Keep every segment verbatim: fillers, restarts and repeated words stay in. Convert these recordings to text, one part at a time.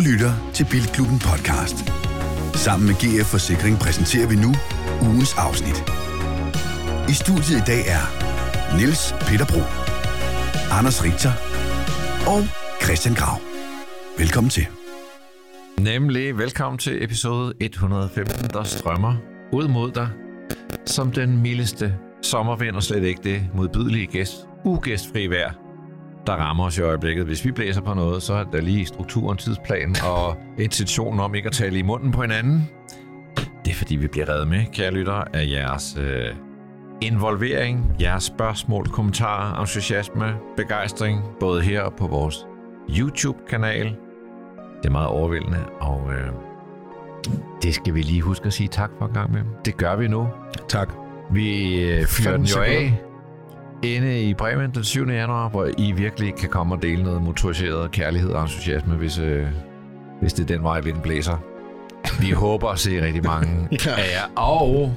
lytter til Bilklubben podcast. Sammen med G F Forsikring præsenterer vi nu ugens afsnit. I studiet i dag er Niels Peter Bro, Anders Richter og Christian Grav. Velkommen til. Nemlig velkommen til episode et hundrede og femten, der strømmer ud mod dig som den mildeste sommervind, og slet ikke det modbydelige gæst, ugæstfri vejr, der rammer os i øjeblikket. Hvis vi blæser på noget, så er der lige strukturen, tidsplan og intentionen om ikke at tale i munden på hinanden. Det er fordi, vi bliver reddet med, kære lyttere, af jeres øh, involvering, jeres spørgsmål, kommentarer, entusiasme, begejstring, både her og på vores YouTube-kanal. Det er meget overvældende, og øh, det skal vi lige huske at sige tak for en gang med. Det gør vi nu. Tak. Vi øh, fyrer den jo af inde i Bremen den syvende januar, hvor I virkelig kan komme og dele noget motoriseret kærlighed og entusiasme, hvis, øh, hvis det er den vej, vinden blæser. Vi håber at se rigtig mange ja. af jer, og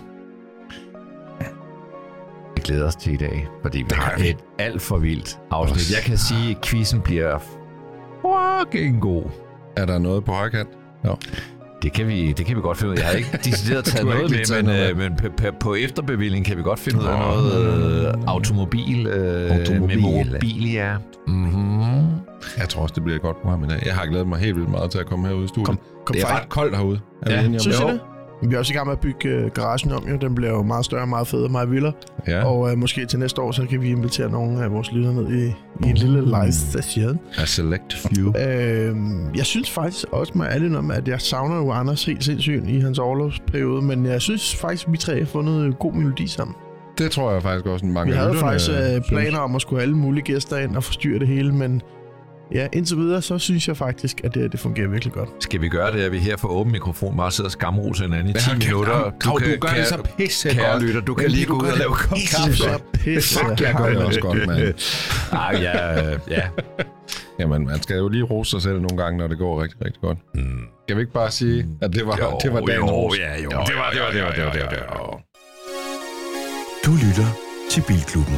vi glæder os til i dag, fordi vi har et alt for vildt afsnit. Jeg kan sige, at quizzen bliver fucking god. Er der noget på højkant? Jo. Det kan vi, det kan vi godt finde ud af. Jeg har ikke decideret taget noget med, men, øh, men p- p- på efterbevilling kan vi godt finde ud af noget øh, automobil, øh, automobil med mobil, ja. Mm-hmm. Jeg tror også, det bliver et godt program i dag. Jeg har glædet mig helt vildt meget til at komme herude i studiet. Kom, kom det er fejl. ret koldt herude. Er ja, vi synes I det? Vi er også i gang med at bygge uh, garagen om, jo. Den bliver jo meget større, meget federe, meget vildere. Ja. Og uh, måske til næste år, så kan vi invitere nogle af vores lyttere ned i, i en lille live station. A select few. Uh, jeg synes faktisk også med alle om, at jeg savner jo Anders helt sindssygt i hans overlovsperiode, men jeg synes faktisk, at vi tre har fundet en god melodi sammen. Det tror jeg faktisk også, mange Vi havde lytterne, faktisk uh, planer synes. om at skulle have alle mulige gæster ind og forstyrre det hele, men ja, indtil videre, så synes jeg faktisk, at det, det fungerer virkelig godt. Skal vi gøre det, at vi her får åben mikrofon bare sidder og skamrose hinanden i ti ja, minutter? Du, du, kan, du gør det så pisse kære godt. Lytter, du kan lige gå ud og lave kop kaffe. Så pisse. Fuck, jeg gør det også godt, mand. Ej, ja, ja. Jamen, man skal jo lige rose sig selv nogle gange, når det går rigtig, rigtig godt. Mm. Skal vi ikke bare sige, at det var, jo, det var dagens ros? Ja, jo, det var, det var, det var, det var, det var, det var, det var. Du lytter til Bilklubben.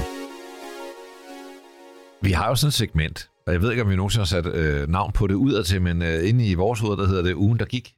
Vi har jo sådan et segment, og jeg ved ikke, om vi nogensinde har sat øh, navn på det udadtil, men øh, inde i vores hoved, der hedder det ugen, der gik.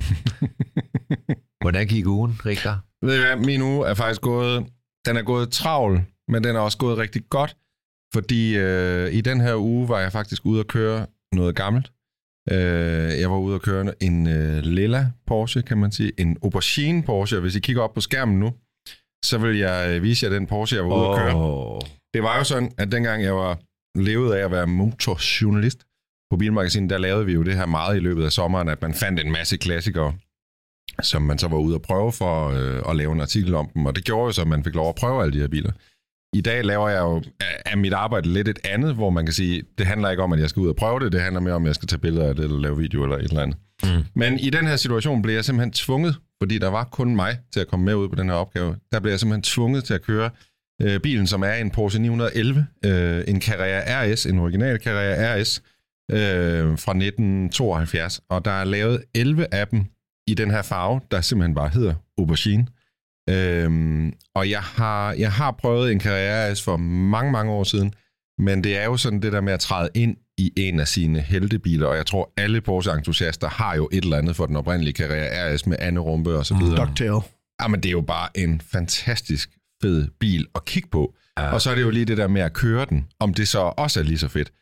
Hvordan gik ugen, Richter? Ved I hvad, min uge er faktisk gået, den er gået travl, men den er også gået rigtig godt, fordi øh, i den her uge var jeg faktisk ude at køre noget gammelt. Øh, jeg var ude at køre en øh, lilla Porsche, kan man sige, en aubergine Porsche, og hvis I kigger op på skærmen nu, så vil jeg øh, vise jer den Porsche, jeg var ude oh. at køre. Det var jo sådan, at dengang jeg var levede af at være motorjournalist på Bilmagasinet, der lavede vi jo det her meget i løbet af sommeren, at man fandt en masse klassikere, som man så var ude at prøve for øh, at lave en artikel om dem, og det gjorde jo så, at man fik lov at prøve alle de her biler. I dag laver jeg jo af mit arbejde lidt et andet, hvor man kan sige, det handler ikke om, at jeg skal ud og prøve det, det handler mere om, at jeg skal tage billeder af det, eller lave video, eller et eller andet. Mm. Men i den her situation blev jeg simpelthen tvunget, fordi der var kun mig til at komme med ud på den her opgave, der blev jeg simpelthen tvunget til at køre øh, bilen, som er en Porsche ni elleve, øh, en Carrera R S, en original Carrera R S, øh, fra nitten tooghalvfjerds, og der er lavet elleve af dem i den her farve, der simpelthen bare hedder aubergine. Øhm, og jeg har, jeg har prøvet en Carrera R S for mange, mange år siden, men det er jo sådan det der med at træde ind i en af sine heltebiler, og jeg tror, alle Porsche-entusiaster har jo et eller andet for den oprindelige Carrera R S med anerumpe og så videre. Ducktail. Jamen, det er jo bare en fantastisk fed bil at kigge på. Ja. Og så er det jo lige det der med at køre den, om det så også er lige så fedt.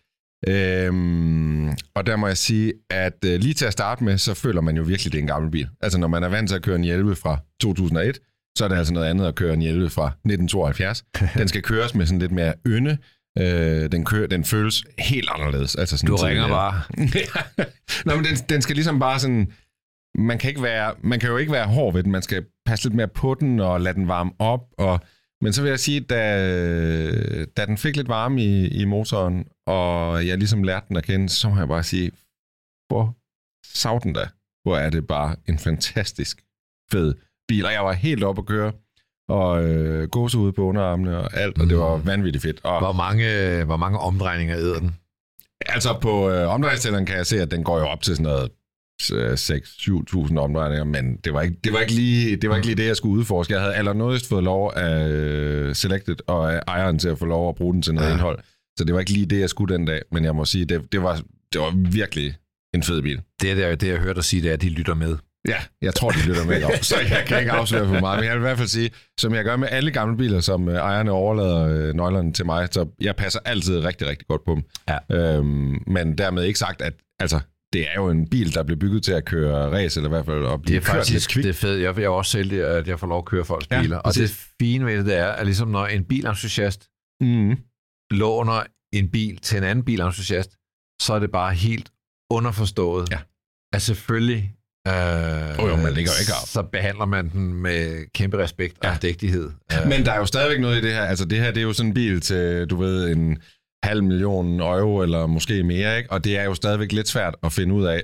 Øhm, og der må jeg sige, at øh, lige til at starte med, så føler man jo virkelig, det er en gammel bil. Altså, når man er vant til at køre en elleve fra to tusind og et, så er det altså noget andet at køre en elleve fra nitten tooghalvfjerds. Den skal køres med sådan lidt mere ynde. Øh, den, kører, den føles helt anderledes. Altså sådan du ringer til, bare. Nå, men den, den skal ligesom bare sådan... Man kan, ikke være, man kan jo ikke være hård ved den. Man skal passe lidt mere på den og lade den varme op. Og, men så vil jeg sige, da, da den fik lidt varme i, i motoren, og jeg ligesom lærte den at kende, så må jeg bare sige, hvor savden da. Hvor er det bare en fantastisk fed bil. Og jeg var helt oppe at køre, og øh, gåsehud på underarmene og alt, og det var vanvittigt fedt. Og, hvor, mange, hvor mange omdrejninger æder den? Altså på øh, omdrejningstælleren kan jeg se, at den går jo op til sådan noget seks til syv tusind omdrejninger, men det var, ikke, det, var ikke lige, det var ikke lige det, jeg skulle udforske. Jeg havde allernådigst fået lov af uh, Selected og af ejeren til at få lov at bruge den til noget ja. indhold. Så det var ikke lige det, jeg skulle den dag, men jeg må sige, det, det, var, det var virkelig en fed bil. Det er det, det jeg hørte dig sige, det er, at de lytter med. Ja, jeg tror, de lytter med, så jeg kan ikke afsløre for meget. Men jeg vil i hvert fald sige, som jeg gør med alle gamle biler, som ejerne overlader nøglerne til mig, så jeg passer altid rigtig, rigtig godt på dem. Ja. Øhm, men dermed ikke sagt, at altså, det er jo en bil, der bliver bygget til at køre race, eller i hvert fald at blive kørt lidt kvik. Det er fedt. Jeg vil også sælge, at jeg får lov at køre folks ja, biler. Og det fine ved det er, at ligesom når en bilentusiast mm. låner en bil til en anden bilentusiast, så er det bare helt underforstået. Ja. At selvfølgelig øh, oh, jo, man ligger jo ikke af. Så behandler man den med kæmpe respekt ja. og dægtighed. Men der er jo stadigvæk noget i det her. Altså det her, det er jo sådan en bil til, du ved, en halv million euro, eller måske mere, ikke? Og det er jo stadigvæk lidt svært at finde ud af.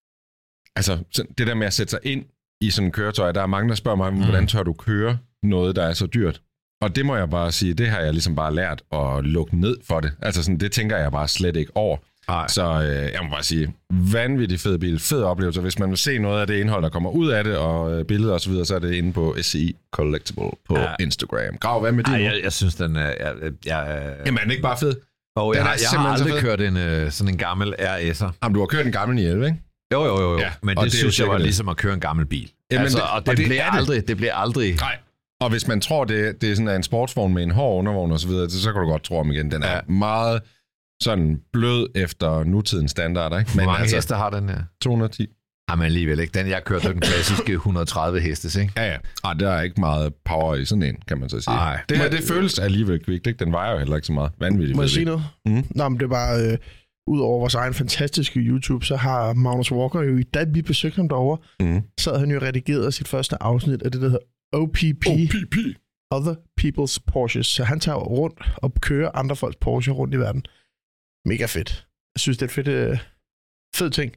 Altså, det der med at sætte sig ind i sådan en køretøj, der er mange, der spørger mig, mm. hvordan tør du køre noget, der er så dyrt? Og det må jeg bare sige, det har jeg ligesom bare lært at lukke ned for det. Altså sådan, det tænker jeg bare slet ikke over. Ej. Så øh, jeg må bare sige, vanvittig fed bil, fed oplevelse. Hvis man vil se noget af det indhold, der kommer ud af det, og øh, billeder og så videre, så er det inde på S C I Collectible på ja. Instagram. Grav, hvad med din? Ej, jeg, jeg synes, den er... Jeg, jeg, Jamen, er den ikke bare fed? Og jeg, jeg har aldrig kørt en, øh, sådan en gammel R S'er. Jamen, du har kørt en gammel ni elleve, ikke? Jo, jo, jo. jo. Ja, men det, det synes jeg var det. Ligesom at køre en gammel bil. Jamen, altså, det, og det, og det, bliver det. Aldrig, det bliver aldrig... Nej. Og hvis man tror, det, det er sådan en sportsvogn med en hård undervogn og så videre, så kan du godt tro om igen. Den er ja. meget sådan blød efter nutidens standarder, ikke? Men hvor mange altså, heste har den her? to hundrede og ti. Jamen alligevel ikke. Den, jeg kørte den klassiske et hundrede og tredive hestes, ikke? Ja, ja. Ej, der er ikke meget power i sådan en, kan man så sige. Ej. Det her, det føles alligevel kvikt, ikke? Den vejer jo heller ikke så meget. Vanvittigt. Må jeg sige noget? Mm. Nå, men det var... Øh, Udover vores egen fantastiske YouTube, så har Magnus Walker jo, da vi besøgte ham derovre, mm. så havde han jo redigeret sit første afsnit af det, der hedder O P P. O P P. Other People's Porsches. Så han tager rundt og kører andre folks Porsche rundt i verden. Mega fedt. Jeg synes, det er et fedt, øh, fed ting.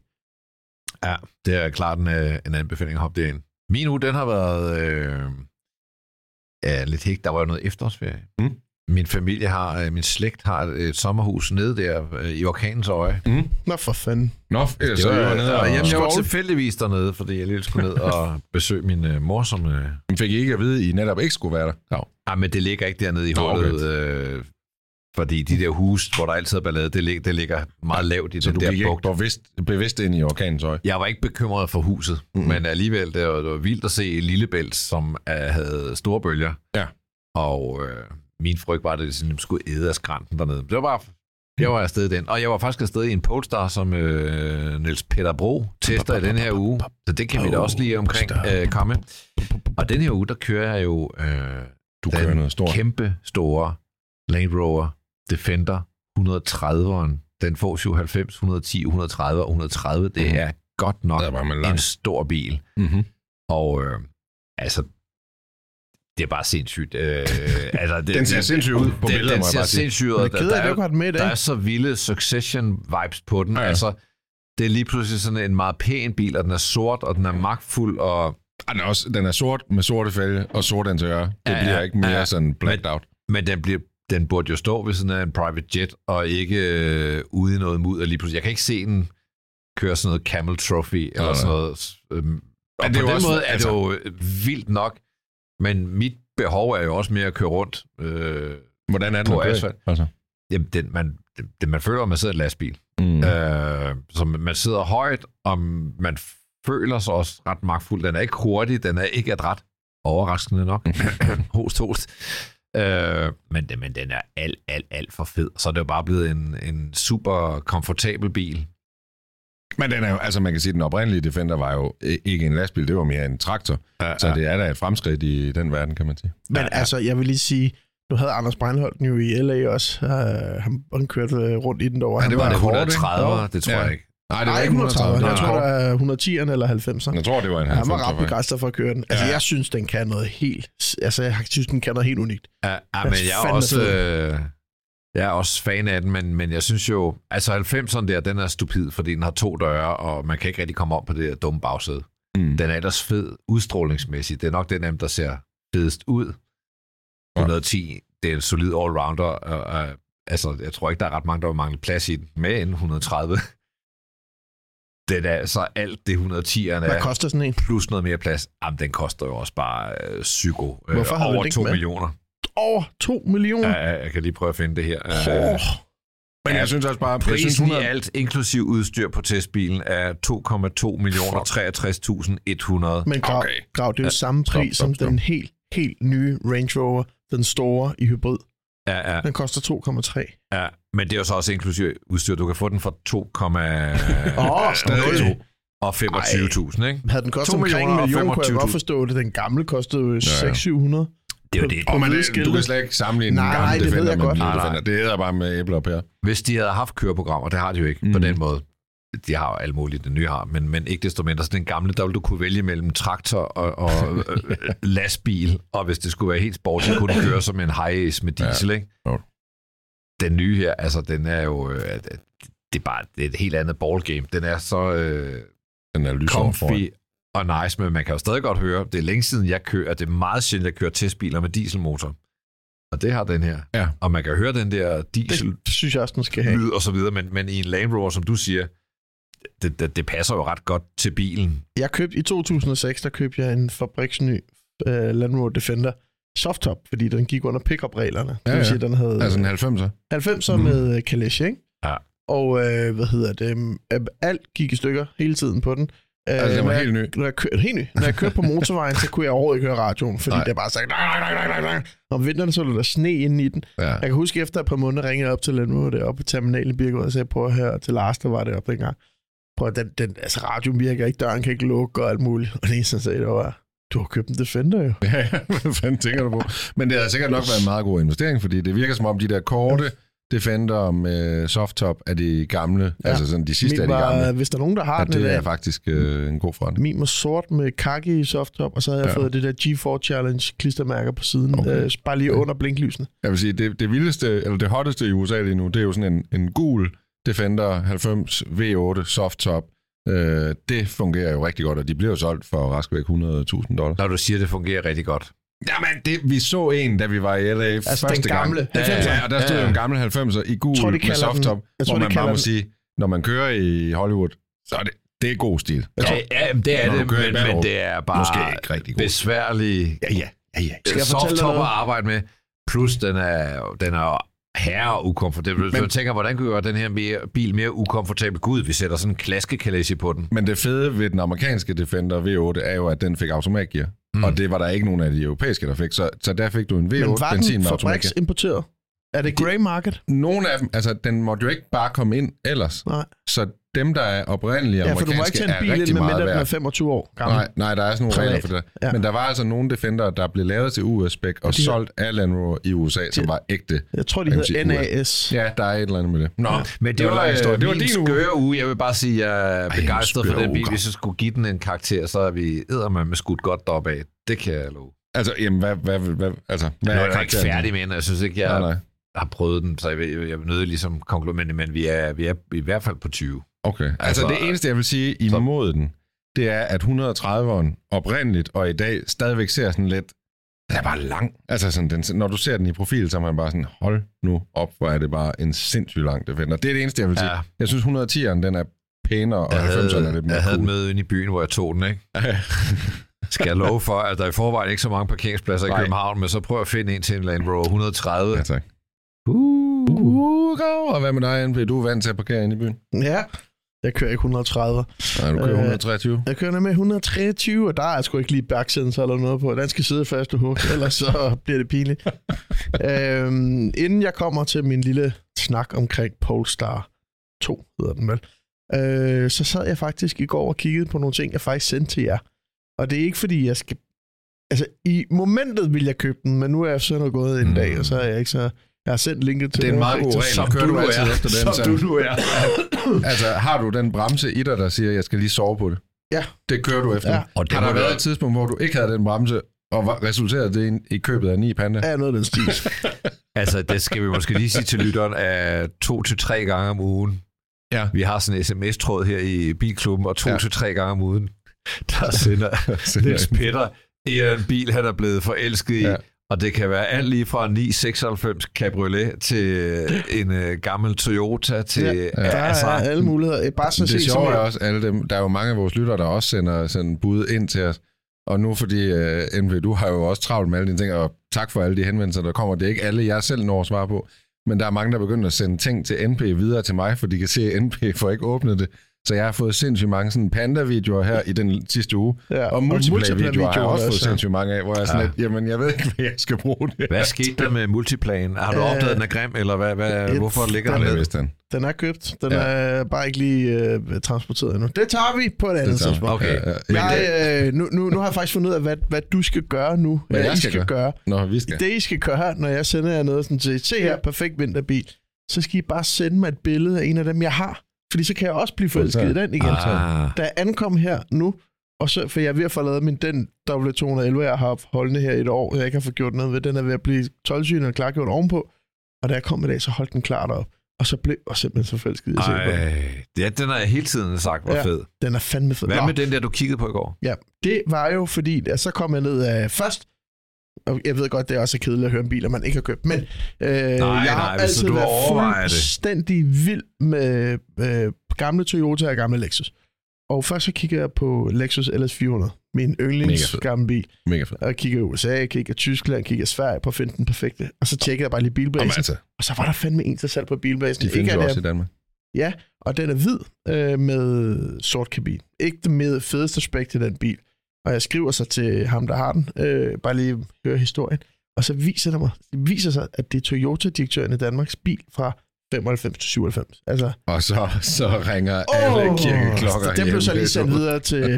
Ja, det er klart en, en anbefaling at hoppe derind. Min uge, den har været øh, ja, lidt hægt. Der var jo noget efterårsferie. Mm. Min familie har, min slægt har et sommerhus nede der i orkanens øje. Mm. Nå for fanden. Nå, det så var, jeg var nede og... Jamen, jeg var tilfældigvis dernede, fordi jeg lige skulle ned og besøge min uh, mor, som... Uh... Men fik I ikke at vide, at I netop ikke skulle være der? Ja, ja men det ligger ikke dernede i hullet, okay. øh, fordi de der huse, hvor der altid er ballade, det, lig, det ligger meget lavt i så den der bugt. Så du gik bevidst, bevidst ind i orkanens øje? Jeg var ikke bekymret for huset, mm-hmm. men alligevel, det var, det var vildt at se Lillebælt, som uh, havde store bølger. Ja. Og... Uh, min frygt var, at det sådan, skulle æde af skrænten dernede. Det var bare, jeg var afsted den. Og jeg var faktisk afsted i en Polestar, som øh, Niels Peter Bro tester i den her uge. Så det kan vi da også lige omkring øh, komme. Og den her uge, der kører jeg jo øh, du kører noget stort. Kæmpe store Land Rover Defender hundrede og trediveren. Den får syvoghalvfems, et hundrede og ti, et hundrede og tredive og et hundrede og tredive. Det mm-hmm. er godt nok en stor bil. Mm-hmm. Og øh, altså, det er bare sindssygt. Øh, altså, det, den ser sindssygt ud på billeder, den må jeg ser bare sige. sindssygt ud. Der, der, er, med der er så vilde Succession-vibes på den. Ja, ja. Altså, det er lige pludselig sådan en meget pæn bil, og den er sort, og den er magtfuld, og... Den er, også, den er sort med sorte fælge og sorte interiør. Det ja, bliver ikke mere ja, sådan blacked men, out. Men den, bliver, den burde jo stå ved sådan en private jet, og ikke øh, ude i noget mudder lige pludselig. Jeg kan ikke se den køre sådan noget Camel Trophy, eller ja, sådan noget. Øhm, og på den også, måde er altså, det jo vildt nok. Men mit behov er jo også mere at køre rundt øh, hvordan er det på asfalt. Altså? Jamen, det, man, det, det, man føler, at man sidder i en lastbil. Mm. Øh, så man sidder højt, og man føler sig også ret magtfuld. Den er ikke hurtig, den er ikke adræt. Overraskende nok. host, host. Øh, men, men den er alt, alt, alt for fed. Så er det jo bare blevet en, en super komfortabel bil. Men den er jo, altså man kan sige, at den oprindelige Defender var jo ikke en lastbil, det var mere en traktor. Ja, ja. Så det er da et fremskridt i den verden, kan man sige. Men ja, ja. altså, jeg vil lige sige, nu havde Anders Breinholt den jo i L A også. Uh, han, han kørte rundt i den derovre. Ja, det var, var det et hundrede og tredive, det tror ja. jeg ikke. Nej, det var ikke et hundrede og tredive. Jeg tror, det er et hundrede og ti'erne eller halvfemserne. Jeg tror, det var en halvfemser. Han var ret begejstret for at køre den. Altså, ja. jeg synes, den kan noget helt... Altså, jeg synes, den kan noget helt unikt. Ja, ja men jeg er også... Øh, jeg er også fan af den, men, men jeg synes jo... Altså, halvfemserne der, den er stupid, fordi den har to døre, og man kan ikke rigtig komme op på det der dumme bagsæde. Mm. Den er ellers fed udstrålingsmæssigt. Det er nok den af dem, der ser fedest ud. et hundrede og ti, det er en solid all-rounder. Og, og, altså, jeg tror ikke, der er ret mange, der vil mangle plads i den. Med en et hundrede og tredive. Den er så alt det et hundrede og ti'erne. Hvad koster sådan en? Plus noget mere plads. Jamen, den koster jo også bare øh, psyko. Øh, Hvorfor har over to millioner. Over to millioner? Ja, jeg kan lige prøve at finde det her. Oh. Men jeg synes også bare... Prisen jeg synes, hundrede... i alt, inklusiv udstyr på testbilen, er to komma to millioner treogtres tusind et hundrede. Men Grav, Okay. Grav, det er jo Ja. samme pris Stop, stop, som stop. den helt, helt nye Range Rover, den store i hybrid. Ja, ja, Den koster to komma tre. ja. Men det er jo så også inklusiv udstyr. Du kan få den for to komma stadig. og femogtyve tusind, ikke? Havde den kostet to omkring en millioner og million, kunne jeg femogtyve godt forstå det. Den gamle kostede jo ja. seks til syv hundrede. Det er jo det. Oh, men hvide det, skilte. du kan slet ikke sammenligne Nej, en gammel det ved Defender jeg med godt. en ny Nej, nej. Defender. Det hedder bare med æbler og pærer. Hvis de havde haft køreprogrammer, det har de jo ikke mm. på Mm. den måde. De har jo alt muligt, den nye har, men, men ikke desto mindre. Så den gamle, der ville du kunne vælge mellem traktor og, og øh, lastbil, og hvis det skulle være helt sport, så kunne du køre som en high-ace med diesel, ja. ikke? Jo. Den nye her, altså den er jo, øh, det er bare det er et helt andet ballgame. Den er så øh, Den er lysår foran. comfy og nice, men man kan jo stadig godt høre, det er længe siden, jeg kører, det er meget sjældent, jeg kører testbiler med dieselmotor. Og det har den her. Ja. Og man kan høre den der diesel Det synes jeg også, den skal have. lyd og så videre, men, men i en Land Rover, som du siger, det, det, det passer jo ret godt til bilen. Jeg købte, i to tusind og seks, der købte jeg en fabriksny uh, Land Rover Defender softtop, fordi den gik under pickup-reglerne. Det Ja, vil ja. sige, den havde Altså en halvfemser. halvfemser Mhm. med uh, kalesje, ikke? Ja. Og øh, hvad hedder det? um, Alt gik i stykker hele tiden på den. Altså, den når var jeg- helt ny. Når jeg kørte, helt ny. Når jeg kørte på motorvejen, så kunne jeg overhovedet ikke høre radioen, fordi Nej. det bare sagde... "Nej, nej, nej, nej, nej." Om vinteren så var der sne inde i den. Ja. Jeg kan huske, efter et par måneder ringede jeg op til Landmo, deroppe på terminalen i Birkerød, og sagde, prøv at høre, til Lars, der var det op dengang. Prøv at den, den, altså radioen virker ikke, døren kan ikke lukke og alt muligt. Og det eneste, han sagde, det var, du har købt en Defender jo. Ja, ja, hvad fanden tænker du på? Men det har sikkert nok været en meget god investering, fordi det virker som om de der korte Defender med softtop er de gamle, ja. Altså sådan de sidste Min af de gamle. var, hvis der er nogen, der har Ja, den i det er dag, faktisk øh, en god forretning. min var sort med kaki i softtop, og så havde jeg Ja. fået det der G fire Challenge klistermærker på siden, Okay. øh, bare lige Ja. under blinklysene. Jeg vil sige, det, det vildeste, eller det hotteste i U S A lige nu, det er jo sådan en, en gul Defender halvfems V otte softtop. Øh, det fungerer jo rigtig godt, og de bliver jo solgt for rask væk hundrede tusind dollar. Når du siger, det fungerer rigtig godt. Jamen, det, vi så en, da vi var i L A Altså første den gamle gang. Ja, halvfemser. ja, og der stod Ja, jo ja. en gammel halvfemser i gul Tror, de med kalder softtop, den- jeg tror, hvor de man kalder bare må den- sige, når man kører i Hollywood, så er det, det er god stil. Ja, ja, det er Når du det, kører i men, Ballerup, men det er bare måske ikke rigtig god. besværlig Ja, ja, ja, ja. Skal jeg fortælle dig softtop at noget? arbejde med, plus den er, den er herre ukomfortabel. Hvis Men- man tænker, hvordan kan vi gøre den her mere, bil mere ukomfortabel? Gud, vi sætter sådan en klaskekalage på den. Men det fede ved den amerikanske Defender V otte er jo, at den fik automatgear. Mm. Mm. Og det var der ikke nogen af de europæiske, der fik. Så, så der fik du en V otte Men var benzin den med automatgear. fabriksimporteret? Er det grey market? Nogle af dem, altså den måtte jo ikke bare komme ind ellers. Nej. Så dem, der er oprindelige Ja, for du må ikke amerikanske, tage en er bil ind, rigtig med meget mindre den er værd. femogtyve år gammel. Nej, nej, der er sådan nogle Privat. regler for det. Ja. Ja. Men der var altså nogle Defender, der blev lavet til U S-spec og de her- solgt af Land Rover i U S A, som De- var ægte. Jeg tror, de Jeg kan hedder sige N A S. Ja, der er et eller andet med det. Nå, Ja. Men det, Det var var, lang historie. øh, Det var min din uge. skøre uge. Jeg vil bare sige, at jeg er Ej, begejstret en for skør den bil. uge. Hvis jeg skulle give den en karakter, så er vi eddermame med skudt godt deroppe af. Det kan jeg love. altså, jamen, hvad, hvad, hvad, altså, hvad Nu er er jeg ikke karakteren? færdig med den. Jeg synes ikke, jeg Nej, nej. har prøvet den, så jeg vil, jeg vil nødt ligesom konkludere, men, men vi, er, vi er i hvert fald på tyve. Okay. Altså, Altså, det eneste, jeg vil sige så- imod den, det er, at et hundrede og trediveren oprindeligt og i dag stadigvæk ser sådan lidt, den er bare lang. Altså, sådan, den, når du ser den i profil, så er man bare sådan, hold nu op, hvor er det bare en sindssygt lang Defender. Det er det eneste, jeg vil sige. Ja. Jeg synes, et hundrede og tieren, den er pænere, og Jeg halvfemserne er havde, lidt mere jeg havde cool. den med inde i byen, hvor jeg tog den, ikke? Skal jeg love for, at der i forvejen ikke så mange parkeringspladser Nej. i København, men så prøv at finde en til en Land Rover et hundrede og tredive. Ja, tak. Uh. Uh, go. Og hvad med dig, N P? Du er vant til at parkere inde i byen? Ja, jeg kører ikke et hundrede og tredive. Nej, du kører Øh, et hundrede og treogtyve. Jeg kører med et hundrede og treogtyve, og der er sgu ikke lige backsensor eller noget på. Den skal sidde fast og hug, ellers så bliver det pinligt. øhm, inden jeg kommer til min lille snak omkring Polestar to, hedder den vel, øh, så sad jeg faktisk i går og kiggede på nogle ting, jeg faktisk sendte til jer. Og det er ikke fordi, jeg skal... Altså, i momentet vil jeg købe den, men nu er jeg så noget gået en Mm. dag, og så er jeg ikke så... Jeg har sendt linket til Det er en den, meget ikke? god Så- regel. Som Kører du du nu altid er. efter den, Som så- du nu er. Altså, har du den bremse i dig, der siger, at jeg skal lige sove på det? Ja. Det kører du efter. Ja. Ja. Og det Har må der været være- et tidspunkt, hvor du ikke havde den bremse, og var- resulterede det i- i købet af ni Panda? Ja, noget af den stil. Altså, det skal vi måske lige sige til lytteren, at to til tre gange om ugen. Ja. Vi har sådan en sms-tråd her i Bilklubben, og to Ja. til tre gange om ugen, der sender Niels Peter i en bil, han er blevet forelsket i. Ja. Og det kan være alt lige fra en ni seksoghalvfems Cabriolet til en uh, gammel Toyota til... Ja, Ja, der altså, er alle muligheder. Bare så Det se, sjove er som også, alle dem, der er jo mange af vores lyttere, der også sender sådan bud ind til os. Og nu fordi, uh, N V, du har jo også travlt med alle dine ting, og tak for alle de henvendelser, der kommer. Det er ikke alle, jeg selv når at svare på. men der er mange, der begynder at sende ting til N P videre til mig, for de kan se, at N P får ikke åbnet det. Så jeg har fået sindssygt mange sådan panda-videoer her i den sidste uge. Ja, og multiplayer-videoer har jeg også fået også. sindssygt mange af, hvor jeg er sådan ja. lidt, jamen jeg ved ikke, hvad jeg skal bruge det. Hvad skete der med multiplayen? Har du Øh, opdaget, den er grim, eller hvad, hvad, et- hvorfor ligger Den den er ned? vist den. Den er købt. Den Ja. er bare ikke lige øh, transporteret endnu. Det tager vi på et andet tager vi. tidspunkt. Okay. Ja, ja. Men Jeg, øh, nu, nu, nu har jeg faktisk fundet ud af, hvad, hvad du skal gøre nu. Hvad jeg I skal gøre? gøre. Nå, vi skal. Det, I skal gøre, når jeg sender jer noget sådan til, se her, perfekt vinterbil, så skal I bare sende mig et billede af en af dem, jeg har. Fordi så kan jeg også blive forelsket i den igen. Ah. Da jeg ankom her nu, og så, for jeg er ved at få lavet min, den W to elleve, jeg har haft holdende her i et år, jeg ikke har fået gjort noget ved, den er ved at blive tolv-synet og klargjort ovenpå. Og da jeg kom i dag, så holdt den klart op. Og så blev jeg simpelthen så forelsket i at se på den. Ej, ja, den har jeg hele tiden sagt var Ja. fed. Den er fandme fed. Hvad Nå, med den der, du kiggede på i går? Ja, det var jo fordi, at så kom jeg ned af først, og jeg ved godt, det er også kedeligt at høre en bil, man ikke har købt, men øh, jeg har nej, hvis altid du været overvejer det. fuldstændig vild med øh, gamle Toyota og gamle Lexus. Og først så kigger jeg på Lexus L S fire hundrede, min Mega yndlings fed. gamle bil. Mega fedt. Og jeg kigger i U S A, jeg kigger i Tyskland, jeg kigger i Sverige på at finde den perfekte. Og så tjekkede jeg bare lige Jamen, bilbasen, altså, og så var der fandme en til salg på bilbasen. de findes Ikke jo af også dem- i Danmark. Ja, og den er hvid øh, med sort kabin. Ikke det med fedeste spæk til den bil. Og jeg skriver så til ham, der har den, øh, bare lige høre historien. Og så viser det mig, det viser sig, at det er Toyota-direktøren i Danmarks bil fra femoghalvfems til syvoghalvfems. Altså, Og så, så ringer alle åh, kirkeklokker den blev så lige hjemme. sendt videre til,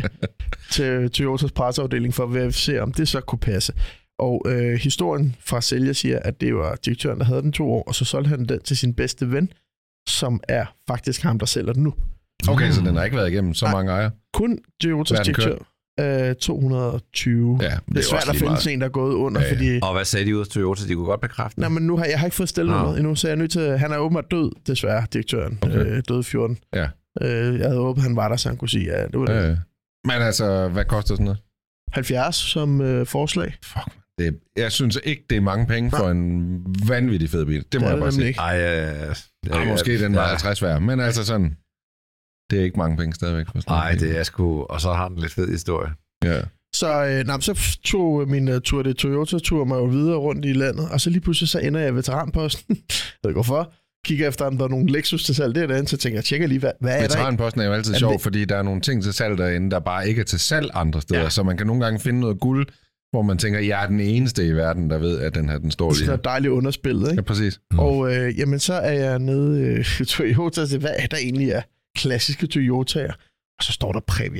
til Toyotas presseafdeling for at verificere, om det så kunne passe. Og øh, historien fra sælger siger, at det var direktøren, der havde den to år, og så solgte han den til sin bedste ven, som er faktisk ham, der sælger den nu. Okay, så den har ikke været igennem så Nej. mange ejere. Kun Toyotas Hvad er den direktør. Øh, to hundrede og tyve. Ja, Det er, det er svært også at lige finde meget. sådan en, der er gået under, Ja, ja, ja. fordi... Og hvad sagde de ud af Toyota? De kunne godt bekræfte Nej, det. men nu har jeg har ikke fået stillet Nå. noget endnu, så jeg er nødt til... Han er åbenbart død, desværre, direktøren. Okay. Øh, døde fjorten. Ja. Øh, jeg havde håbet, han var der, så han kunne sige, ja, det var det. Ja, ja. Men altså, hvad koster sådan noget? halvfjerds som øh, forslag. Fuck, det er, jeg synes ikke, det er mange penge for en vanvittig fed bil. Det må Det er jeg det bare sige. nemlig ikke. Ej, øh, Ej, måske den var halvtreds værd, men altså sådan, det er ikke mange penge stadigvæk. For sådan Nej, en bil. det er sgu... Og så har den lidt fed historie. Ja. Så, øh, nej, så tog min uh, tur, det Toyota-tur mig jo videre rundt i landet, og så lige pludselig så ender jeg i veteranposten. Jeg ved ikke hvorfor. Kigger efter, om der er nogle Lexus til salg. Det er det, så tænker jeg, tjekker lige, hvad, hvad er der? Veteranposten er jo altid Er sjov, det- fordi der er nogle ting til salg derinde, der bare ikke er til salg andre steder. Ja. Så man kan nogle gange finde noget guld, hvor man tænker, jeg er den eneste i verden, der ved, at den her, den står Det lige er her. dejligt underspillet, Ja, ikke? præcis. Mm. Og øh, jamen, så er jeg nede øh, i Toyota og siger, hvad er der egentlig af klassiske Toyota'er? Og så står der Previa.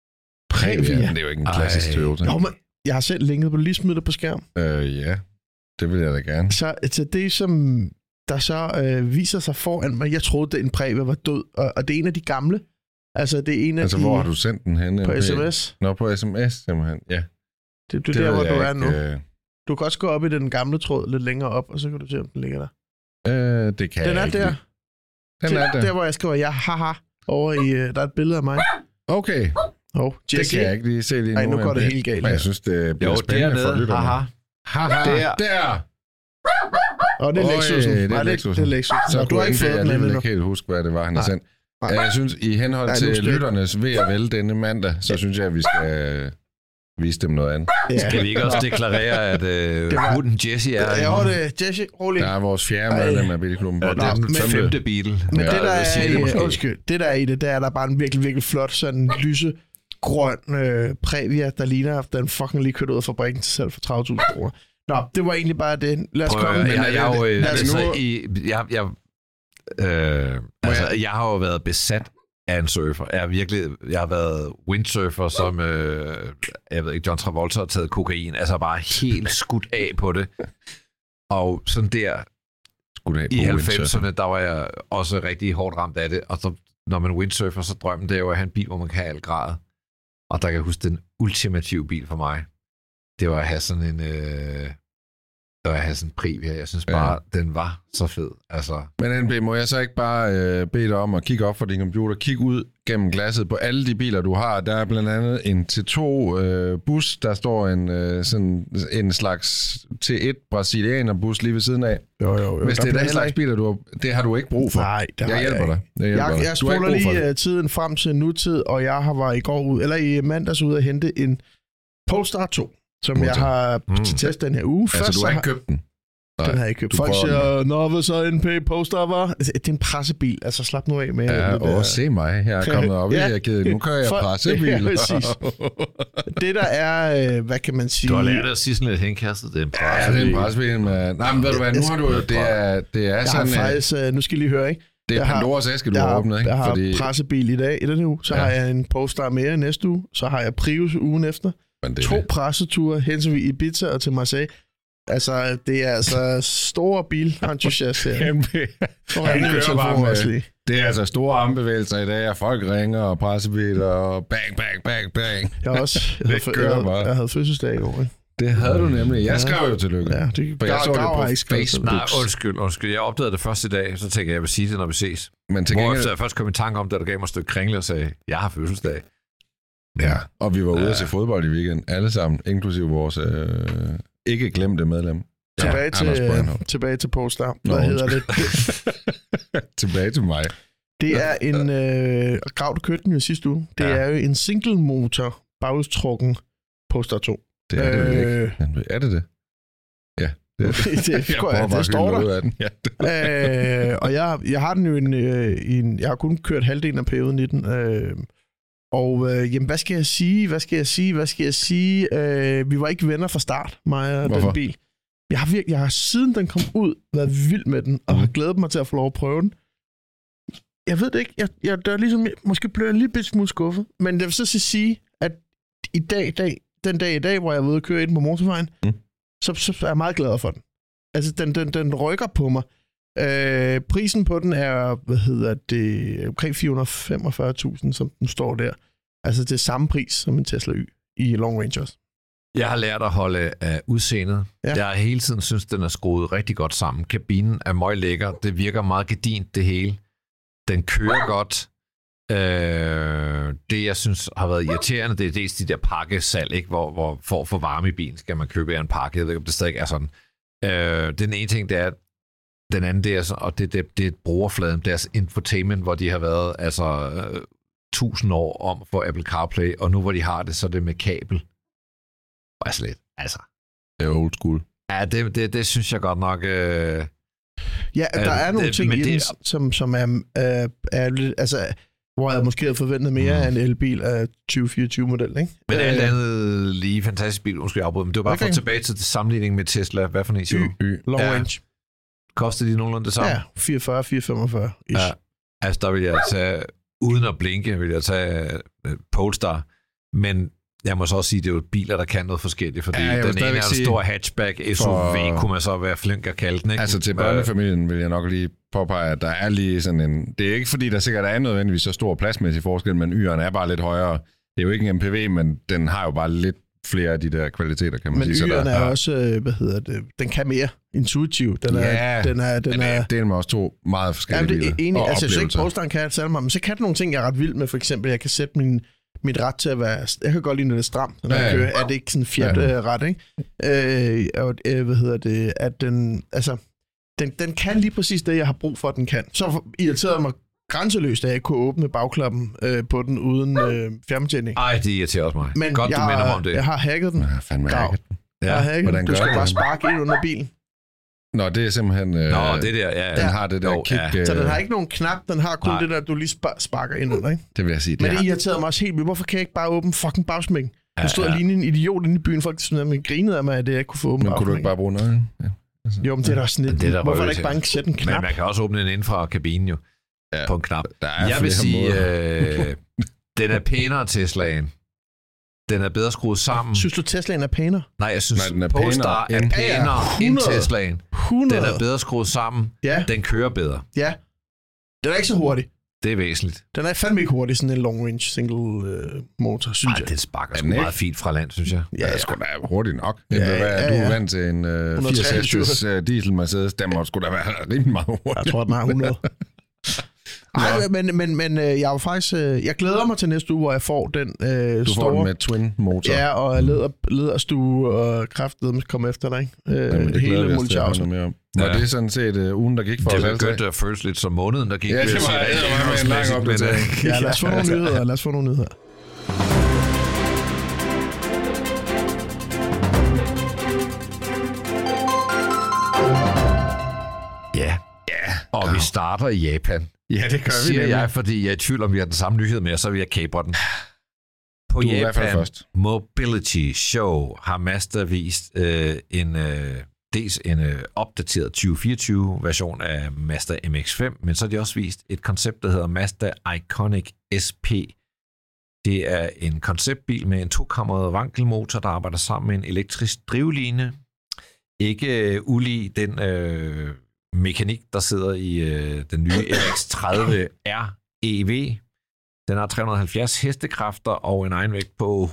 Previa. Men det er jo ikke en klassisk Ej. Toyota. Jo, men jeg har selv linket på det, lige smidt det på skærm. Øh, ja, det vil jeg da gerne. Så til det, som der så øh, viser sig foran mig, jeg troede, at en Previa var død, og, og det er en af de gamle. Altså, det er en af Altså, de... hvor har du sendt den hen? På sms. Nå, på sms simpelthen. Ja, Det, det er der, ved hvor jeg du er ikke, nu. øh, Du kan også gå op i den gamle tråd lidt længere op, og så kan du se, om den ligger der. Øh, det kan Den jeg er ikke der. lide. Den der, er der. der, hvor jeg skriver, ja, haha, over i... Øh, der er et billede af mig. Okay, Oh, det Jesse. kan jeg ikke lige se lige nu. Ej, nu går det men- helt galt. Men jeg synes, det bliver Jo, spændende for dernede. lytterne. Haha. Haha, Der. der. Og det er Øj, Lexusen. det er Nej, det, Lexusen. det er Lexus. Så Så du har ikke fået jeg den endnu. alligevel ikke helt huske, hvad det var, han har Nej. sendt. Nej. Jeg synes, i henhold Nej, nu til skal jeg- lytternes ved og vel denne mandag, så synes jeg, at vi skal vise dem noget andet. Ja. Skal vi ikke også deklarere, at øh, Det var- hunden Jesse er... Ja, jo, det er Jesse, rolig. Der er vores fjerde Ej. medlem af Bilklubben. Og Hvor den den femte, femte bil. Men Ja, det, der jeg vil sige er, det i, måske. undskyld, det der er i det, der er der bare en virkelig, virkelig flot, sådan lysegrøn øh, Previa, der ligner, at den fucking lige kørt ud af fabrikken til salg for tredive tusind kroner. Nå, det var egentlig bare det. Lad os Prøv, komme. jeg, jeg, jeg, jeg, lad os altså, nu- i, jeg, jeg, øh, altså, jeg har jo været besat af en surfer. Jeg, er virkelig, jeg har været windsurfer, som øh, jeg ved ikke, John Travolta har taget kokain. Altså bare helt skudt af på det. Og sådan der skulle have i på halvfemserne, der var jeg også rigtig hårdt ramt af det. Og så, når man windsurfer, så drømmen det er jo at have en bil, hvor man kan have al grad. Og der kan jeg huske den ultimative bil for mig. Det var at have sådan en... Øh, det var at have sådan en Previa. Jeg synes bare, ja. den var så fed. Altså, Men N B, må jeg så ikke bare øh, bede dig om at kigge op for din computer, kig ud gennem glasset på alle de biler, du har. Der er blandt andet en T to øh, bus, der står en, øh, sådan, en slags T et brasilianer bus lige ved siden af. Jo, jo, jo. Hvis Der det er bliver den slags heller biler, du har, det har du ikke brug for. Nej, det har jeg jeg hjælper ikke. dig. Jeg, hjælper Jeg, dig. jeg Du har ikke spoler brug for lige det. uh, tiden frem til nutid, og jeg har var i går ud, eller i mandags ude at hente en Polestar to, som Modtaget. jeg har Mm. til test den her uge. Altså, Først du så har har- ikke købt den? Den har jeg ikke købt. Folk siger, nå, hvad så N P Polestar var? Det er en pressebil, altså slap nu af med... Ja, med åh, der. Se mig, jeg er kommet op ja. i arkivet. Nu kører jeg pressebil. Ja, præcis. Det der er, hvad kan man sige... Du har lært at sige sådan lidt henkastet, det er en pressebil. Ja, det er en pressebil, men... Nej, men ved du hvad, nu har du jo... Det er, det er jeg sådan... Jeg har faktisk... Nu skal I lige høre, ikke? Det er Pandoras æske, du har åbnet, ikke? Jeg har Fordi... pressebil i dag, i denne uge. Så ja. har jeg en Polestar mere næste uge. Så har jeg Prius ugen efter. Det to det. presseture hen til Ibiza og til Marseille. Altså, det er altså store bilentusiaster. Han kører bare med, det er altså store armbevægelser i dag, og folk ringer og pressebiler og bang, bang, bang, bang. Jeg har også, jeg havde, jeg havde, jeg havde fødselsdag i år, ikke? Det havde du nemlig. Jeg skrev jo tillykke. Ja, det for jeg så det på Facebook. Nej, undskyld, undskyld. Jeg opdagede det først i dag, så tænkte jeg, jeg vil sige det, når vi ses. Men til gengæld... Hvorefter jeg først kom i tanke om, da du gav mig et stykke kringle og sagde, jeg har fødselsdag. Ja, og vi var ude ja. til fodbold i weekenden, alle sammen, inklusive vores øh, ikke glemte medlem. Tilbage, ja, til, øh, tilbage til Polestar. Hvad Nå, hedder det? Tilbage til mig. Det er en... Øh, Grav, du kørte den jo sidste uge. Det ja. er jo en single motor bagudstrukken Polestar to. Det er det øh, ikke. Men er det det? Ja. Det, er det. det, det, jeg det står der. Af den. Ja, det. øh, og jeg, jeg har den jo en, øh, en... Jeg har kun kørt halvdelen af perioden i den. Øh, og øh, jamen, hvad skal jeg sige? Hvad skal jeg sige? Hvad skal jeg sige? Øh, vi var ikke venner fra start, mig og den bil. Jeg har, virkelig, jeg har siden den kom ud været vild med den, og har glædet mig til at få lov at prøve den. Jeg ved det ikke. Jeg, jeg, der er ligesom, måske blev jeg en lille smule skuffet, men jeg vil så sige, at i dag, dag, den dag i dag, hvor jeg var ude og køre ind på motorvejen, mm. så, så er jeg meget glad for den. Altså, den, den, den rykker på mig. Øh, prisen på den er, hvad hedder det, omkring fire hundrede og femogfyrre tusind, som den står der. Altså, det er samme pris som en Tesla Y i Long Range også. Jeg har lært at holde af udseendet. Ja. Jeg har hele tiden synes, den er skruet rigtig godt sammen. Kabinen er meget lækker. Det virker meget gedint, det hele. Den kører godt. Øh, det, jeg synes har været irriterende, det er dels de der pakkesalg, ikke? Hvor, hvor for at få varme i bilen skal man købe en pakke. Jeg ved ikke, om det stadig er sådan. Øh, den ene ting, det er, den anden, det er, så, og det, det, det er brugerfladen, deres infotainment, hvor de har været altså øh, tusind år om for Apple CarPlay, og nu hvor de har det, så er det med kabel. Altså lidt, altså. Det er old school. Ja, det, det, det synes jeg godt nok... Øh, ja, der er nogle det, ting i det, den, som, som er, er, er lidt... Altså, hvor jeg måske havde forventet mere mm. af en elbil af tyve fireogtyve-model, ikke? Men alt andet lige fantastisk bil, måske afbryde. Men det var bare okay. for tilbage til sammenligning med Tesla. Hvad for en siger du? Long ja. range. Koster de nogenlunde det samme? Ja, fireogfyrre til fire femogfyrre. Ja. Altså, der vil jeg tage... Uden at blinke, vil jeg tage uh, Polestar. Men... Jeg må så også sige, at det er jo biler, der kan noget forskelligt, fordi ja, den ene er en stor hatchback, S U V, for... kunne man så være flink at kalde den, ikke? Altså til børnefamilien vil jeg nok lige påpege, at der er lige sådan en... Det er ikke fordi, der sikkert er nødvendigvis så stor pladsmæssig forskel, men Y'eren er bare lidt højere. Det er jo ikke en M P V, men den har jo bare lidt flere af de der kvaliteter, kan man men sige. Men Y'eren der, er ja. også, hvad hedder det, den kan mere intuitiv. Den er, ja, den er, den men er, det er med også to meget forskellige ja, det er biler. Enig, altså jeg synes ikke, Polestaren kan særlig meget, men så kan der nogle ting, jeg er ret vild med. For eksempel, jeg kan sætte min... mit ret til at være... Jeg kan godt lide, når det er stramt, når ja, jeg kører. Er det ikke sådan fjert ja. ret, ikke? Øh, og, øh, hvad hedder det? At den... Altså, den, den kan lige præcis det, jeg har brug for, at den kan. Så irriterede mig grænseløst, at jeg ikke kunne åbne bagklappen øh, på den uden øh, fjernbetjening. Ej, det irriterer også mig. Men godt, jeg, du minder mig om det. Jeg har hacket den. Jeg har fandme hacket den. Ja. Jeg har hacket den. Du skal bare sparke ind under bilen. Nå, det er simpelthen... Øh, Nå, det der, ja. Den ja. har det der jo, kick... Ja. Øh, så den har ikke nogen knap, den har kun nej. det der, du lige sparker ind under, ikke? Det vil jeg sige. Men det, det irriterede mig også helt vildt. Hvorfor kan jeg ikke bare åbne fucking bagsmækken? Ja, jeg stod ja. lige en idiot inde i byen. Folk sådan, grinede af mig, at jeg ikke kunne få åbent. Men kunne du ikke bare bruge noget? Ja. Altså, jo, men det er da sådan lidt... Det, hvorfor er der ikke bare sætte en knap? Men man kan også åbne den inden fra kabinen jo. Ja, på en knap. Der er jeg vil sige, øh, den er pænere Teslaen. Den er bedre skruet sammen. Synes du, Teslaen er pænere? Nej, jeg synes, Nej, Polestar er pænere, er pænere ja, end Teslaen. hundrede Den er bedre skruet sammen. Ja. Den kører bedre. Ja. Den er ikke så hurtig. Det er væsentligt. Den er fandme ikke hurtig, sådan en long range single uh, motor, synes Ej, jeg. den sparker sgu meget fint fra land, synes jeg. Ja, det er sgu da hurtigt nok. Ja, ja, ja. Du er vant til en uh, firs hestes uh, diesel Mercedes. Den må sgu da være rimelig meget hurtigt. Jeg tror, den har hundrede. Ej, men, men, men jeg er faktisk, jeg glæder mig til næste uge, hvor jeg får den øh, du store... får den med twin motor. Ja, og leder, lederstue og kraftedeme komme efter dig. Øh, Jamen, det hele multi-house. Var ja. det sådan set uh, ugen, der gik for det os? Det begyndte at føles lidt som måneden, der gik. Ja, det var, det var, det var en lang opdatering. Ja, lad os få nogle nyheder. Lad os få nogle nyheder. starter i Japan. Ja, det gør vi Siger nemlig. jeg, fordi jeg er i tvivl om, vi har den samme nyhed med, og så vil jeg kapre den. På Du er i hvert fald Japan først. Mobility Show har Mazda vist øh, en, øh, dels en øh, opdateret tyve fireogtyve-version af Mazda M X fem, men så har de også vist et koncept, der hedder Mazda Iconic S P. Det er en konceptbil med en tokammeret vankelmotor, der arbejder sammen med en elektrisk drivline. Ikke øh, ulig den øh, mekanik, der sidder i øh, den nye M X tredive R E V. Den har tre hundrede og halvfjerds hestekræfter og en egenvægt på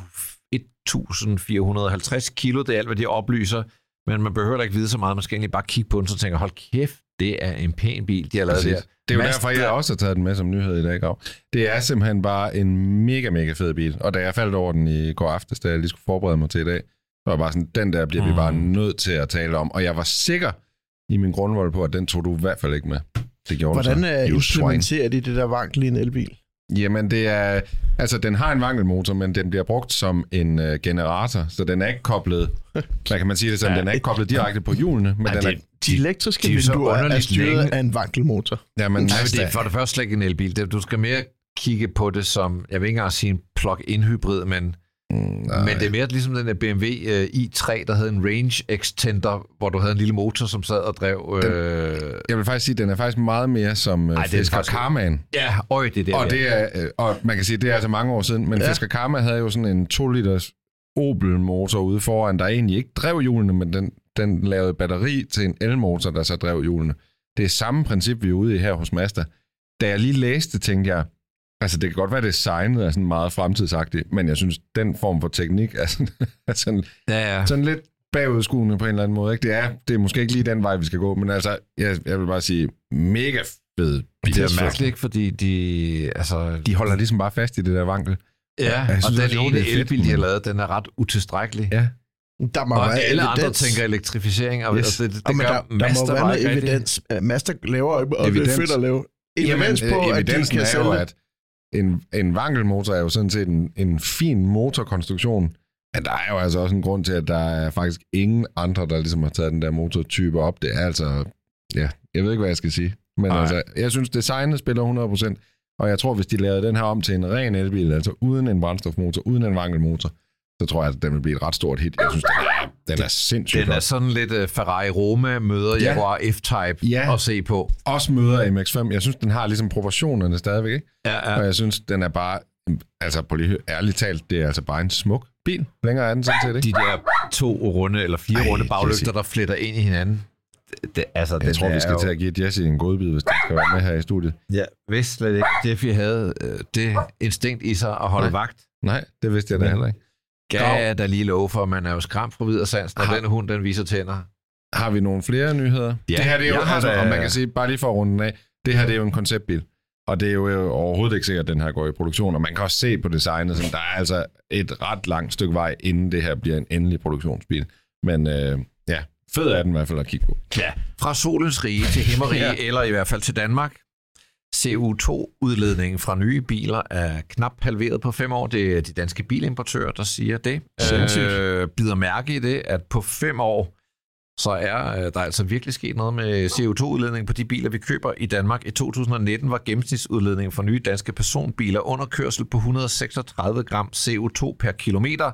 tusinde fire hundrede og halvtreds kilo. Det er alt, hvad de oplyser, men man behøver ikke vide så meget. Man skal egentlig bare kigge på den, så tænker, hold kæft, det er en pæn bil, de har lavet der. Det er jo Mazda. derfor, jeg også har taget den med som nyhed i dag, Grav. Det er simpelthen bare en mega, mega fed bil. Og da jeg faldt over den i går aftes, da jeg lige skulle forberede mig til i dag, så var jeg bare sådan, den der bliver mm. vi bare nødt til at tale om. Og jeg var sikker i min grundvold på, at den tog du i hvert fald ikke med. Det gjorde Hvordan du så. er implementeret i det der vankel i en elbil? Jamen, det er... Altså, den har en vankelmotor, men den bliver brugt som en uh, generator, så den er ikke koblet... Hvad kan man sige det sådan? Ja, den er ikke koblet direkte på hjulene, men ja, den det, er... De elektriske de er vinduer er styret længe. af en vankelmotor. Jamen, Nej, det er for det første slet ikke en elbil. Du skal mere kigge på det som, jeg vil ikke engang sige en plug-in hybrid, men, mm, men det er mere ligesom den der B M W uh, i tre, der havde en range extender, hvor du havde en lille motor, som sad og drev... Den, øh... Jeg vil faktisk sige, at den er faktisk meget mere som uh, Fisker Karmann. Ja, øj, det er der. Og, det er, øh, og man kan sige, det er altså mange år siden, men ja. Fisker Karmann havde jo sådan en to liters Opel-motor ude foran, der egentlig ikke drev hjulene, men den, den lavede batteri til en elmotor, der så drev hjulene. Det er samme princip, vi er ude i her hos Mazda. Da jeg lige læste, tænkte jeg, altså det kan godt være, at designet er sådan meget fremtidsagtigt, men jeg synes, den form for teknik er sådan, er sådan, ja, ja. sådan lidt bagudskuende på en eller anden måde. Ikke? Det, er, det er måske ikke lige den vej, vi skal gå, men altså, jeg, jeg vil bare sige, mega fed bil. Det er mærkeligt, ikke? Fordi de... Altså, de holder ligesom bare fast i det der vankel. Ja, jeg og synes, den ene elbil, de har lavet, den er ret utilstrækkelig. Ja. Der må og være alle evidens. andre tænker elektrificering, og yes. det, det, det Jamen, gør der, Mazda der må være noget rigtig. evidens. Mazda laver, og det er fedt at lave evidens Jamen, på, at de evidensen kan er sælge. jo, at en, en vankelmotor er jo sådan set en, en fin motorkonstruktion, men der er jo altså også en grund til, at der er faktisk ingen andre, der ligesom har taget den der motortype op. Det er altså, ja, jeg ved ikke, hvad jeg skal sige, men Ej. altså, jeg synes, designet spiller hundrede procent, og jeg tror, hvis de lavede den her om til en ren elbil, altså uden en brændstofmotor, uden en vankelmotor, så tror jeg, at den vil blive et ret stort hit. Jeg synes, den er, den er sindssygt Den er sådan lidt uh, Ferrari Roma møder ja. Jaguar F-Type ja. at se på. Også møder M X fem. Jeg synes, den har ligesom proportionerne stadigvæk, ikke? Ja, ja. Og jeg synes, den er bare, altså på lige ærligt talt, det er altså bare en smuk bil. Længere er den sådan set, ikke? De der to runde eller fire Ej, runde baglygter, der fletter ind i hinanden. Det, det, altså, jeg tror, vi skal jo... til at give Jesse en godbid, hvis den skal være med her i studiet. Ja, hvis slet ikke Jeffy havde øh, det instinkt i sig at holde Nej. vagt. Nej, det vidste jeg da heller ikke. Gav jeg da lige lov for, man er jo skræmt fra videre sans, når har... den hund, den viser tænder. Har vi nogle flere nyheder? Ja, det her, det er jo, altså, da... og man kan sige, bare lige for at runde den af, det her, det er jo en konceptbil. Og det er jo overhovedet ikke sikkert, at den her går i produktion. Og man kan også se på designet, at der er altså et ret langt stykke vej, inden det her bliver en endelig produktionsbil. Men øh, ja, fed er den i hvert fald at kigge på. Ja, fra solens rige til himmerige, ja. Eller i hvert fald til Danmark. C O to udledningen fra nye biler er knap halveret på fem år. Det er de danske bilimportører, der siger det. Øh, bider mærke i det, at på fem år, så er der altså virkelig sket noget med C O to udledningen på de biler, vi køber i Danmark. I to tusind nitten var gennemsnitsudledningen for nye danske personbiler under kørsel på et hundrede og seksogtredive gram C O to per kilometer.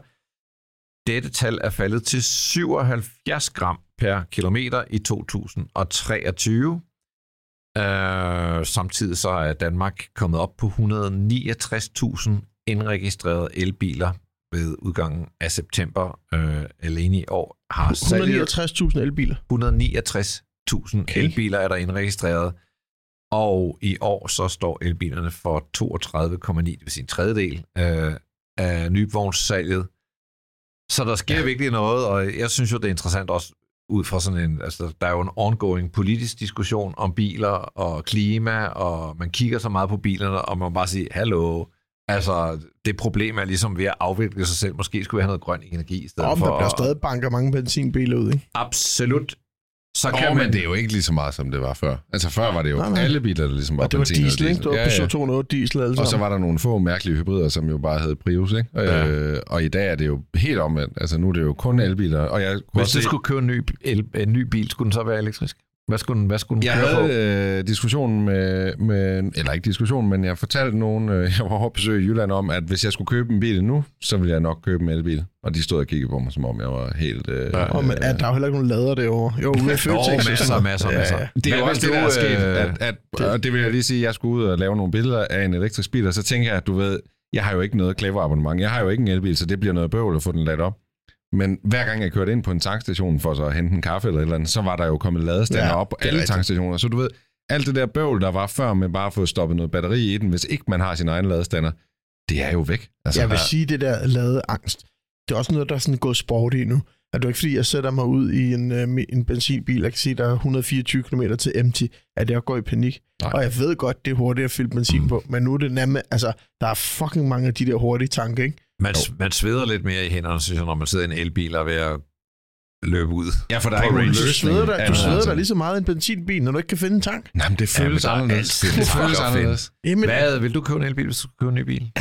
Dette tal er faldet til syvoghalvfjerds gram per kilometer i to tusind treogtyve. Uh, samtidig så er Danmark kommet op på et hundrede og niogtres tusind indregistrerede elbiler ved udgangen af september. Uh, alene i år har et hundrede og niogtres tusind elbiler. et hundrede og niogtres tusind okay. elbiler er der indregistreret. Og i år så står elbilerne for toogtredive komma ni, det vil sige en tredjedel uh, af nyvognssalget. Så der sker ja. virkelig noget, og jeg synes jo, det er interessant også, ud fra sådan en, altså der er jo en ongoing politisk diskussion om biler og klima, og man kigger så meget på bilerne, og man må bare sige, hallo, altså det problem er ligesom ved at afvikle sig selv, måske skulle vi have noget grøn energi i stedet Om for. der bliver stadig banker mange benzinbiler ud, ikke? Absolut. Så kan oh, man... men det er jo ikke lige så meget, som det var før. Altså før var det jo nej, nej. alle biler, der ligesom var og det var benzin diesel, ikke? Det var ja, ja. Peugeot to hundrede og otte diesel alle sammen. Og så var der nogle få mærkelige hybrider, som jo bare hed Prius, ikke? Ja. Øh, og i dag er det jo helt omvendt. Altså nu er det jo kun elbiler. Og jeg Hvis du se... skulle købe en ny, el, en ny bil, skulle den så være elektrisk? Hvad skulle den, hvad skulle den Jeg køre havde på? øh, diskussionen med, med, eller ikke diskussion, men jeg fortalte nogen, øh, jeg var oppe besøg i Jylland om, at hvis jeg skulle købe en bil nu, så ville jeg nok købe en elbil. Og de stod og kiggede på mig, som om jeg var helt... Øh, Ja, og men, er der er jo heller ikke nogen lader derovre. Jo, ude i Føtex. Jo, masser, masser, masser. Ja, ja. Det er jo Hvad også vil det, du, der er sket, øh, at, at, og det vil jeg lige sige, at jeg skulle ud og lave nogle billeder af en elektrisk bil, og så tænker jeg, at du ved, jeg har jo ikke noget Clever abonnement, jeg har jo ikke en elbil, så det bliver noget bøvl at få den ladt op. Men hver gang jeg kørte ind på en tankstation for så at hente en kaffe eller et eller andet, så var der jo kommet ladestander Ja, op på det er alle rigtigt. tankstationer. Så du ved, alt det der bøvl, der var før med bare at få stoppet noget batteri i den, hvis ikke man har sin egen ladestander, det er jo væk. Altså, Jeg vil sige, det der lade angst, det er også noget, der er sådan gået sport i nu. Er det ikke fordi, jeg sætter mig ud i en, øh, en benzinbil, jeg kan sige, der er et hundrede og fireogtyve kilometer til empty, at jeg går i panik. Nej. Og jeg ved godt, det er hurtigt at fylde benzin på, men nu er det nærmest, altså, der er fucking mange af de der hurtige tanke, ikke? Man, man sveder lidt mere i hænderne, synes jeg, når man sidder i en elbil og er ved at løbe ud. ja, for der er på ikke nogen range. Du løsning. sveder dig, du andet sveder end- dig lige så meget i en benzinbil, når du ikke kan finde en tank. Nej, men det føles Ja, men der er anderledes. altid Det fuck føles at finde. anderledes. Jamen, Hvad, vil du købe en elbil, hvis du køber en ny bil?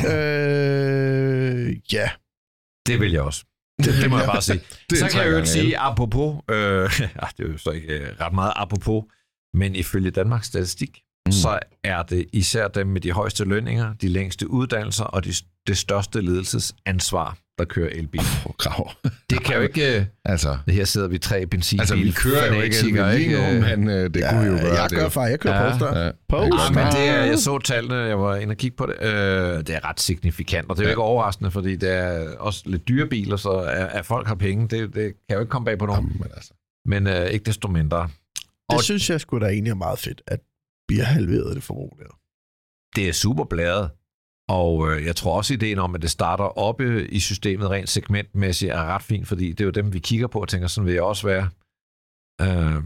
øh, ja. Det vil jeg også. Det, det må jeg bare sige. Det Så er kan jeg tre jo gange sige, apropos, øh, ja, det er jo så ikke øh, ret meget apropos, men ifølge Danmarks Statistik, mm. så er det især dem med de højeste lønninger, de længste uddannelser og de, det største ledelsesansvar, der kører elbil. Oh, grav. Det kan jo ikke... Øh, Altså, her sidder vi tre benzinbil. altså, vi kører jo ikke elbil lige nu, men øh, det ja, kunne vi jo gøre. jeg det gør jo. far, jeg kører Ja. Polestar. Ja. Polestar. Ja, men det er, jeg så tallene, jeg var inde og kigge på det. Øh, det er ret signifikant, og det er jo Ja. ikke overraskende, fordi det er også lidt dyre biler, så at, at folk har penge, det, det kan jo ikke komme bag på nogen. Jamen, altså. Men øh, ikke desto mindre. Det Og- synes jeg sgu da egentlig er meget fedt, at vi har halveret det forbrug der. Det er super blæret, og øh, jeg tror også, ideen om, at det starter oppe i systemet rent segmentmæssigt, er ret fint, fordi det er jo dem, vi kigger på og tænker, sådan vil jeg også være. Øh,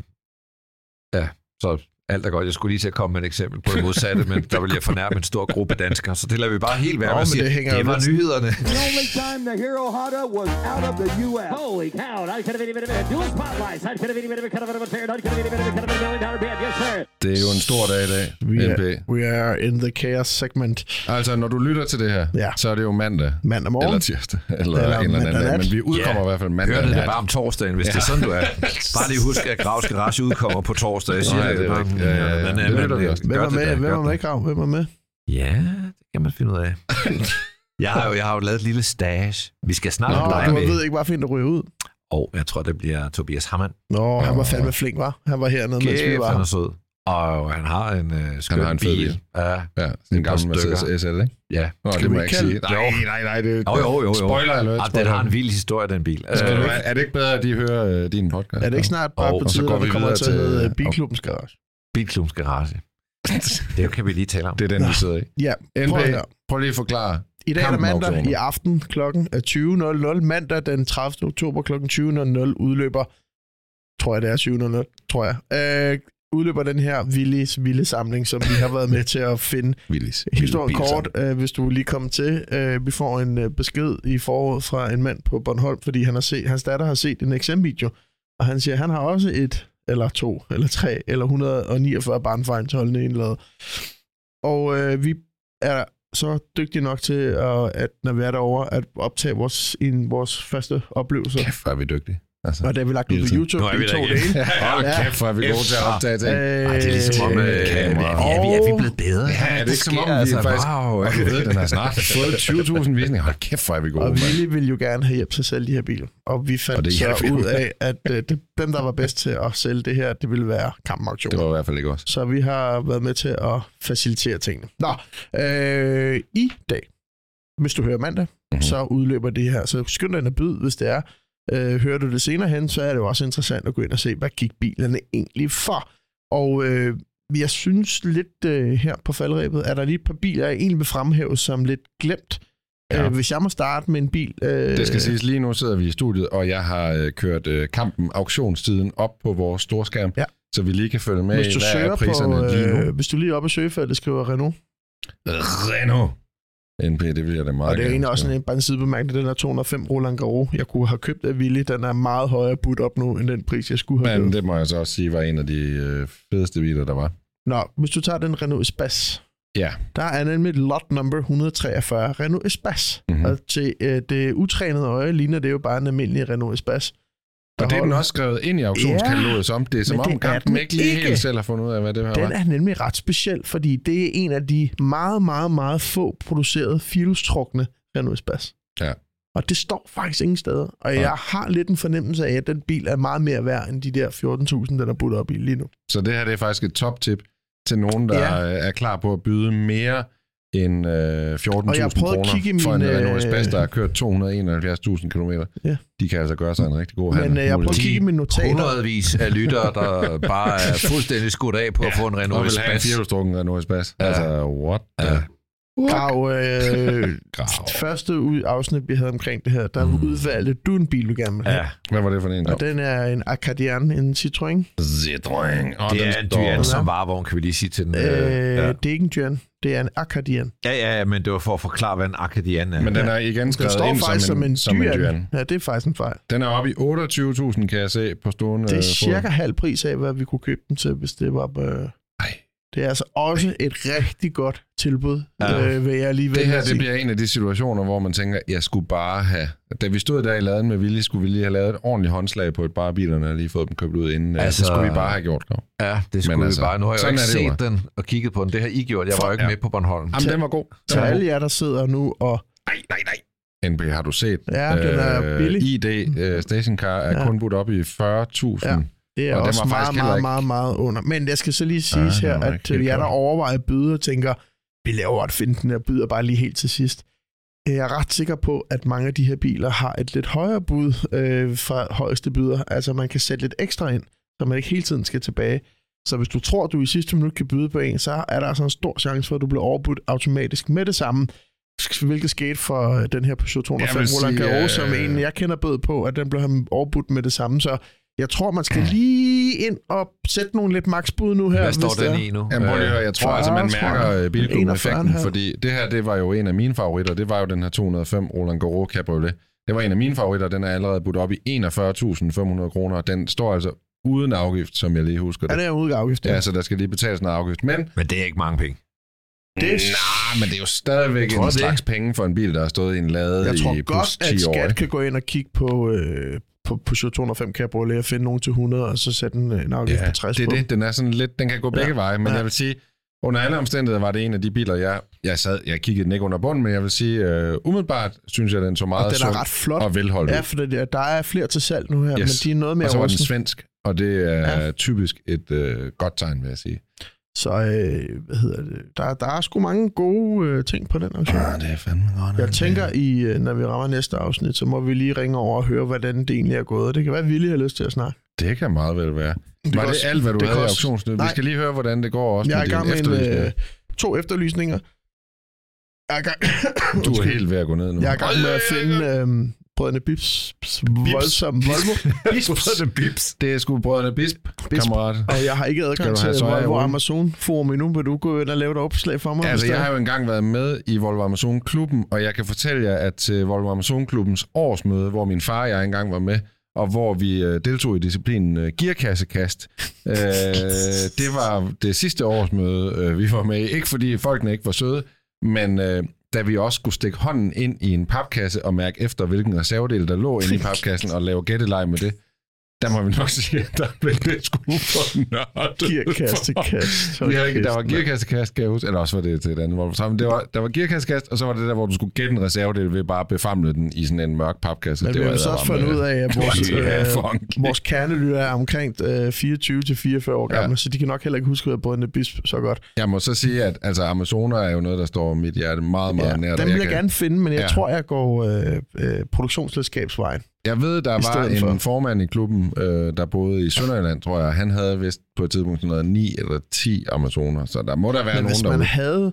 ja, så alt er godt. Jeg skulle lige til at komme med et eksempel på det modsatte, men der vil jeg fornærme en stor gruppe danskere, så det lader vi bare helt være Nå, med at men sige, det hænger det jo var lidt- nyhederne. The only time the Hero Honda was out of the U S Holy cow! I could have been even a dual spotlights. I could have been even a kind of a fair. I could have been even a kind of a million dollar band. Yes, sir. Det er jo en stor dag i dag, We N P. are, we are in the chaos segment. Altså, når du lytter til det her, Ja. så er det jo mandag. Mandag morgen. Eller tirsdag, eller, Eller eller en eller anden mandag dag. nat. Men vi udkommer Ja. i hvert fald mandag. Hørte det nat. bare om torsdagen, hvis ja. det er sådan, du er. Bare lige husk, at Gravs Garage udkommer på torsdag. Jeg siger Nej, det, det er bare, rigtigt. Ja, ja, ja. Men, Det øh, lytter men, vi øh, også. Hvem gør er det med? da, Hvem gør er det. med, Grav? Hvem er med? Ja, det kan man finde ud af. jeg, har jo, jeg har jo lavet et lille stash. Vi skal snart Nå, lege du med. ved ikke, hvad fint at ryge ud. Og jeg tror, det bliver Tobias Hammann. Nå, han var fandme flink, var. Han var hernede, mens vi Kæft, han er var. sød. Og han har en øh, skøn har en fed bil. bil. Ja, Ja, en par gammel Mercedes stykker. S L, ikke? ja. Nå, Skal det må vi jeg ikke kalde- sige. Nej, nej, nej. Det, Jo, jo, jo. jo. Spoiler alert. Ja, den har en vild historie, den bil. Skal du, Øh, er det ikke bedre, at de hører øh, din podcast? Er det ikke snart bare Og- på og så tide, går at vi det kommer videre til at til- hedde Bilklubbens Garage? Bilklubbens Garage. Det kan vi lige tale om. Det er den, vi sidder i. Ja, N prøv at P, høre. prøv lige at forklare. I dag er der Kampen mandag auktioner. i aften klokken er tyve nul nul. Mandag den tredivte oktober klokken tyve nul nul udløber, tror jeg det er tyve nul nul, tror jeg, øh, udløber den her Willis vilde samling, som vi har været med til at finde. Willis. Historien kort, øh, hvis du lige kommer til. Øh, vi får en øh, besked i foråret fra en mand på Bornholm, fordi han har set, hans datter har set en eksempelvideo, og han siger, at han har også et, eller to, eller tre, eller et hundrede og niogfyrre barnfejnsholdende indladet. Og øh, vi er så dygtige nok til, at, at når vi er derovre, at optage vores, en, vores første oplevelser. Kæft, hvor er vi dygtige. Altså. Og det har vi lagt ud Hele på tiden. YouTube Nu er vi i der to igen. dage. Hold Ja. kæft, hvor er vi gode til at optage ting. Øh, Ej, det er ligesom om, øh, er, vi, kamera. er, vi, er vi blevet bedre? Ja, er det ikke som om, vi altså, faktisk... Wow. Og du ved, den har snart fået tyve tusind visninger. Hold kæft, hvor er vi gode. Og mand. Willy ville jo gerne have hjælp til at sælge de her biler. Og vi fandt Og det så hjalp vi ud jo. af, at øh, det, dem, der var bedst til at sælge det her, det ville være Kampen Auktion. Det var i hvert fald ikke os. Så vi har været med til at facilitere tingene. Nå, øh, i dag, hvis du hører mandag, Mhm. mm-hmm. så udløber det her. Så skynd dig ind og byd, hvis det er. Øh, hører du det senere hen, så er det jo også interessant at gå ind og se, hvad gik bilerne egentlig for. Og øh, jeg synes lidt øh, her på faldrebet, er der lige et par biler, jeg egentlig vil fremhæve som lidt glemt. Ja. Øh, hvis jeg må starte med en bil... Øh, Det skal siges, lige nu sidder vi i studiet, og jeg har øh, kørt øh, kampen auktionstiden op på vores storskærm, Ja. så vi lige kan følge med hvis i, du hvad søger er priserne på, lige nu. øh, hvis du lige er oppe i søgefeltet skriver Renault, Renault. N P, det vil jeg da meget og det er gerne egentlig også skrive. en, bare en sidebemærkning, den er to hundrede og fem Roland Garros, jeg kunne have købt af Willy, den er meget højere budt op nu, end den pris, jeg skulle have Men købt. det må jeg så også sige, var en af de øh, fedeste biler, der var. Nå, hvis du tager den Renault Espace, Ja. der er nemlig lot number et hundrede og treogfyrre Renault Espace. Mhm. Mm-hmm. Og til øh, det utrænede øje ligner det jo bare en almindelig Renault Espace. Og det er den også skrevet ind i auktionskataloget, ja, som det er som om kampen ikke lige helt selv har fundet ud af, hvad det her den var. Den er nemlig ret speciel, fordi det er en af de meget, meget, meget få producerede firehjulstrukne Renault Espace. Ja. Og det står faktisk ingen steder. Og ja. jeg har lidt en fornemmelse af, at den bil er meget mere værd end de der fjorten tusind, den er budt op i lige nu. Så det her det er faktisk et top-tip til nogen, der ja. er klar på at byde mere end øh, fjorten tusind kroner for en Renault Espace, der har kørt to hundrede og enoghalvfjerds tusind kilometer. Ja. De kan altså gøre sig en rigtig god handel. Men øh, jeg prøver at kigge i mine notater. Hundredvis af lyttere, der bare er fuldstændig skudt af på ja. at få en Renault Espace. Og vil have en firehjulstrukken Renault Espace. Ja. Altså, what the... Ja. Grav, øh, første ud, afsnit, vi havde omkring det her, der mm. udvalgte du en bil, du gerne vil have. Ja. Hvad var det for en? Og den er en Acadian, en Citroën. Citroën. Oh, det er en Duan som varevogn, kan vi lige sige til den. Øh, ja. Det er ikke en Duan, det er en Acadian. Ja, ja, ja, men det var for at forklare, hvad en Acadian er. Men den er igen skrevet ind som, som, en, som en Duan. Ja, det er faktisk en fejl. Den er oppe i otteogtyve tusind, kan jeg se, på stående. Det er cirka halv pris af, hvad vi kunne købe den til, hvis det var på... Nej. Det er altså også et rigtig godt tilbud, ja. øh, vil jeg lige Det her det bliver en af de situationer, hvor man tænker, jeg skulle bare have... Da vi stod der i laden med Willy, skulle vi lige have lavet et ordentligt håndslag på et par af bilerne, og lige fået dem købt ud inden. Altså, det skulle vi bare have gjort. Nå. Ja, det skulle Men vi altså, bare. Nu har jeg jo ikke set den og kigget på den. Det har I gjort. Jeg var jo ikke ja. med på Bornholm. Jamen, den var god. Til alle jer, der sidder nu og... Nej, nej, nej. N B har du set. Ja, den er billig. I D uh, stationcar er ja. kun budt op i fyrre tusind. Ja. Det er og også meget, meget, meget, meget, meget under. Men jeg skal så lige sige her, at jeg der overvejer byde og tænker, vi laver et finten og byder bare lige helt til sidst. Jeg er ret sikker på, at mange af de her biler har et lidt højere bud øh, fra højeste byder. Altså man kan sætte lidt ekstra ind, så man ikke hele tiden skal tilbage. Så hvis du tror, at du i sidste minut kan byde på en, så er der altså en stor chance for, at du bliver overbudt automatisk med det samme. Hvilket skete for den her Peugeot to hundrede og fem Roland Garros, som en jeg kender bød på, at den blev ham overbudt med det samme. Så jeg tror, man skal lige ind og sætte nogle lidt maksbud nu her. Hvad står den i nu? Jamen, øh, jeg tror altså, man mærker bilklubben-effekten, fordi det her, det var jo en af mine favoritter. Det var jo den her to hundrede og fem Roland Garros Cabriolet. Det var en af mine favoritter. Den er allerede budt op i enogfyrre tusind fem hundrede kroner. Den står altså uden afgift, som jeg lige husker det. Ja, det er uden afgift. Ja, ja så der skal lige betales en afgift. Men, men det er ikke mange penge. Det er... Nej, men det er jo stadigvæk en slags det. penge for en bil, der har stået i en lade i plus ti år. Jeg tror godt, at Skat kan gå ind og kigge på... Øh, på Peugeot to hundrede og fem Cabriolet og finde nogen til hundrede, og så sætte en, en afgift ja, på tres det er på. det. Den er sådan lidt, den kan gå begge ja. veje, men ja. jeg vil sige, under alle omstændigheder var det en af de biler, jeg, jeg sad, jeg kiggede den ikke under bunden, men jeg vil sige, uh, umiddelbart synes jeg, den så meget og den er ret flot og velholdt. Ja, for det, der er flere til salg nu her, yes. men de er noget mere. Og så var den svensk, og det er ja. typisk et uh, godt tegn, vil jeg sige. Så øh, hvad hedder det? Der, der er sgu mange gode øh, ting på den auktion. Ja, det er fandme godt. Jeg tænker, i, øh, når vi rammer næste afsnit, så må vi lige ringe over og høre, hvordan det egentlig er gået. Det kan være, at Willy har lyst til at snakke. Det kan meget vel være. Det Var det også, alt, hvad du det havde i auktionsnyt? Vi skal lige høre, hvordan det går også jeg med dine efterlysninger. Jeg er i gang med øh, to efterlysninger. Jeg er gang... du er helt ved at gå ned nu. Jeg er i gang med at finde... Øh, Brødrene Bips, voldsom Volvo. Brødrene Bips. Det er sgu Brødrene Bisp, kammerat. Og jeg har ikke adgang til Volvo Amazon Forum endnu. Vil du gå ind og lave et opslag for mig? Altså, jeg har jo engang været med i Volvo Amazon Klubben, og jeg kan fortælle jer, at til Volvo Amazon Klubbens årsmøde, hvor min far og jeg engang var med, og hvor vi deltog i disciplinen gearkassekast, øh, det var det sidste årsmøde, vi var med i. Ikke fordi folkene ikke var søde, men... Øh, da vi også skulle stikke hånden ind i en papkasse og mærke efter, hvilken reservedel der lå inde i papkassen, og lave gætteleg med det, der må vi nok sige, at der blev lidt skue for nørdet. Gearkassekast. Der var gearkassekast, kan jeg huske. Eller også var det til et andet. Det var, der var gearkassekast, og så var det der, hvor du skulle gætte en reservedel ved bare at befamle den i sådan en mørk papkasse. Men det vi var har så også fundet ud af, at vores, øh, vores kernelytter er omkring øh, fireogtyve til fireogfyrre år gamle, ja. Så de kan nok heller ikke huske, at Brødrene Bisp så godt. Jeg må så sige, at altså, Amazoner er jo noget, der står mit hjerte meget, meget ja, nært. Den vil jeg, jeg kan... gerne finde, men jeg ja. tror, jeg går øh, øh, produktionsselskabsvejen. Jeg ved, der var en for. formand i klubben, øh, der boede i Sønderjylland, tror jeg. Han havde vist på et tidspunkt sådan noget ni eller ti Amazoner, så der må der være Men nogen, hvis man derude. havde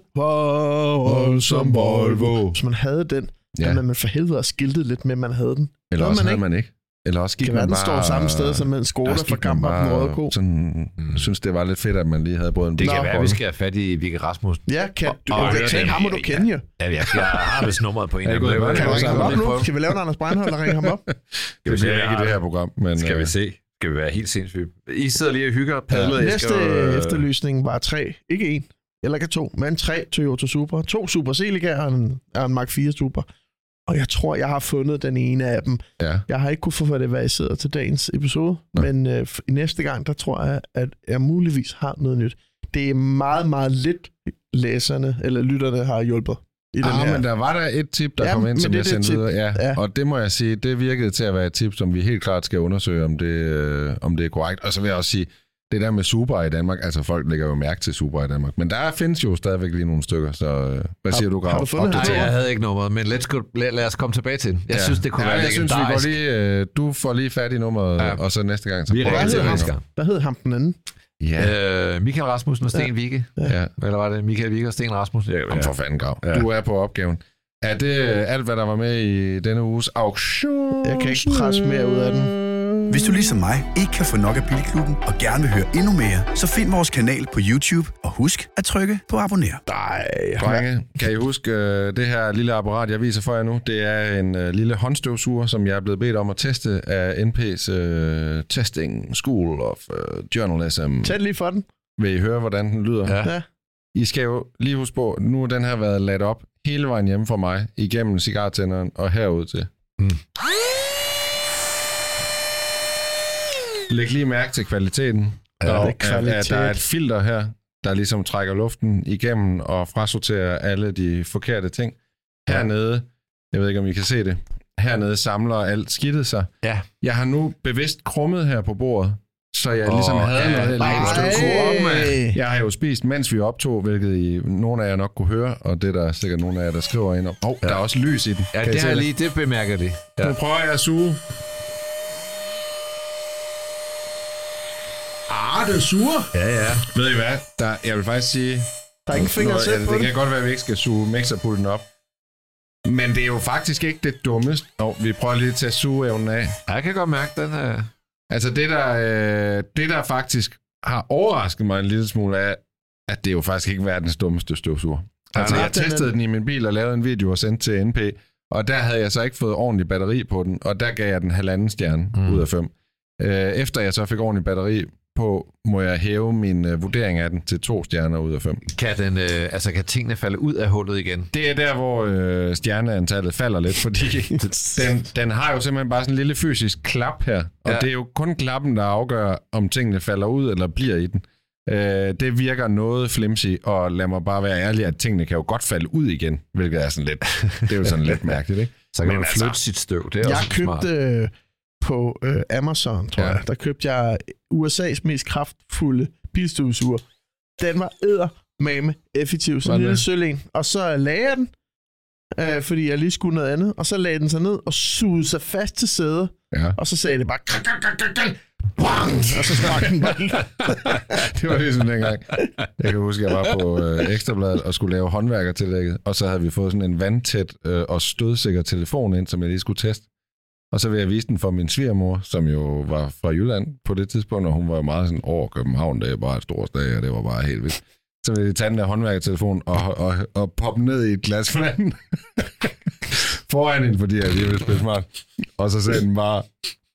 voldsom Volvo, hvis man havde den, ja. så man for helvede har skiltet lidt med, at man havde den. Eller også man havde ikke. man ikke. Eller også gik kan man bare... står samme sted som en Skoda fra Kamp og den Røde Ko. Sådan, mm. synes, det var lidt fedt, at man lige havde både en... Det kan Nå, være, at vi skal have fat i Vigge Rasmussen. Ja, kan du... Og, og, jeg tænker, ham må du kende, jo. Ja, jeg har vist nummeret på en af dem. Kan du ringe ham op nu? Skal vi lave en Anders Breinholt og ringe ham op? Det bliver ikke i det her program, men... Skal vi se. Skal vi være helt sindssygt. I sidder lige og hygger og padler. Ja. Næste efterlysning var tre. Ikke en. Eller ikke to, men tre Toyota Supra. To Super Celica og en, og en Mark fire Super. Og jeg tror, jeg har fundet den ene af dem. Ja. Jeg har ikke kunne få det, hvad jeg sidder til dagens episode. Nå. Men øh, næste gang, der tror jeg, at jeg muligvis har noget nyt. Det er meget, meget lidt læserne eller lytterne har hjulpet i den ah, her. Men der var der et tip, der ja, kom ind, som jeg sendte videre. Ja. Ja. Og det må jeg sige, det virkede til at være et tip, som vi helt klart skal undersøge, om det, øh, om det er korrekt. Og så vil jeg også sige, det der med Super i Danmark, altså folk lægger jo mærke til Super i Danmark, men der findes jo stadigvæk lige nogle stykker, så øh, hvad siger har, du, Grav? Har du fundet Nej, jeg havde ikke nummeret, men let's go, lad, lad os komme tilbage til den. Jeg ja. synes, det kunne ja, være jeg legendarisk. Synes, vi går lige, øh, du får lige fat i nummeret, ja. Og så næste gang. Så vi ringer til næste gang. Hvad hed ham den anden? Ja. Øh, Michael Rasmussen og Sten ja. Vigge. Ja. Eller var det Michael Vigge og Sten Rasmussen? Ja, ja. Kom for fanden, Grav. Ja. Du er på opgaven. Er det alt, hvad der var med i denne uges auktion? Jeg kan ikke presse mere ud af den. Hvis du ligesom mig ikke kan få nok af Bilklubben og gerne vil høre endnu mere, så find vores kanal på YouTube og husk at trykke på abonner. Nej. Drenge, kan I huske uh, det her lille apparat, jeg viser for jer nu? Det er en uh, lille håndstøvsuger, som jeg er blevet bedt om at teste af N P's uh, Testing School of uh, Journalism. Tæt lige for den. Vil I høre, hvordan den lyder? Ja. I skal jo lige huske på, nu har den her været ladt op hele vejen hjemme fra mig, igennem cigartænderen og herud til. Mm. Læg lige mærke til kvaliteten. Ja, der, det er kvalitet. er, der er et filter her, der ligesom trækker luften igennem og frasorterer alle de forkerte ting. Hernede, jeg ved ikke, om I kan se det, hernede samler alt skidtet sig. Ja. Jeg har nu bevidst krummet her på bordet, så jeg oh, ligesom havde ja, noget. Nej. Jeg har jo spist, mens vi optog, hvilket I, nogle af jer nok kunne høre, og det er der sikkert nogle af jer, der skriver ind om. Åh, oh, ja. Der er også lys i den. Ja, det har lige, det bemærker de. Ja. Nu prøver jeg at suge. Ah, det er sure. Ja, ja. Ved I hvad? Der, jeg vil faktisk sige... Der er ingen fingre at sætte på det. det. kan godt være, at vi ikke skal suge mixerpulten op. Men det er jo faktisk ikke det dummeste. Nå, vi prøver lige til at suge evnen af. Jeg kan godt mærke den her. Altså det der, øh, det der faktisk har overrasket mig en lille smule af, at det er jo faktisk ikke verdens dummeste støvsuger. Altså jeg testede den i min bil og lavede en video og sendte til N P, og der havde jeg så ikke fået ordentlig batteri på den, og der gav jeg den halvanden stjerne mm. ud af fem. Øh, efter jeg så fik ordentlig batteri på, må jeg hæve min øh, vurdering af den til to stjerner ud af fem. Kan, den, øh, altså, kan tingene falde ud af hullet igen? Det er der, hvor øh, stjerneantallet falder lidt, fordi den, den har jo simpelthen bare sådan en lille fysisk klap her, og ja. Det er jo kun klappen, der afgør, om tingene falder ud eller bliver i den. Øh, det virker noget flimsy, og lad mig bare være ærlig, at tingene kan jo godt falde ud igen, hvilket er sådan lidt, det er jo sådan lidt mærkeligt, ikke? Så kan man flytte altså, sit støv, det er jeg også købte øh, på øh, Amazon, tror ja. jeg, der købte jeg U S A's mest kraftfulde bilstøvsuger. Den var eddermame effektiv, så en lille sølv en. Og så lagde jeg den, øh, fordi jeg lige skulle noget andet, og så lagde den sig ned og sugede sig fast til sædet, ja. Og så sagde det bare og så stak den bare. Det var ligesom dengang. Jeg kan huske, jeg var på øh, Ekstrabladet og skulle lave håndværkertillægget, og så havde vi fået sådan en vandtæt øh, og stødsikker telefon ind, som jeg lige skulle teste. Og så vil jeg vise den for min svigermor, som jo var fra Jylland på det tidspunkt, og hun var jo meget sådan over København, det er bare et stort sted, og det var bare helt vildt. Så vil jeg tage den der håndværkertelefon og, og, og poppe den ned i et glas vand foran hende, fordi jeg lige ville spille smart. Og så sagde den bare...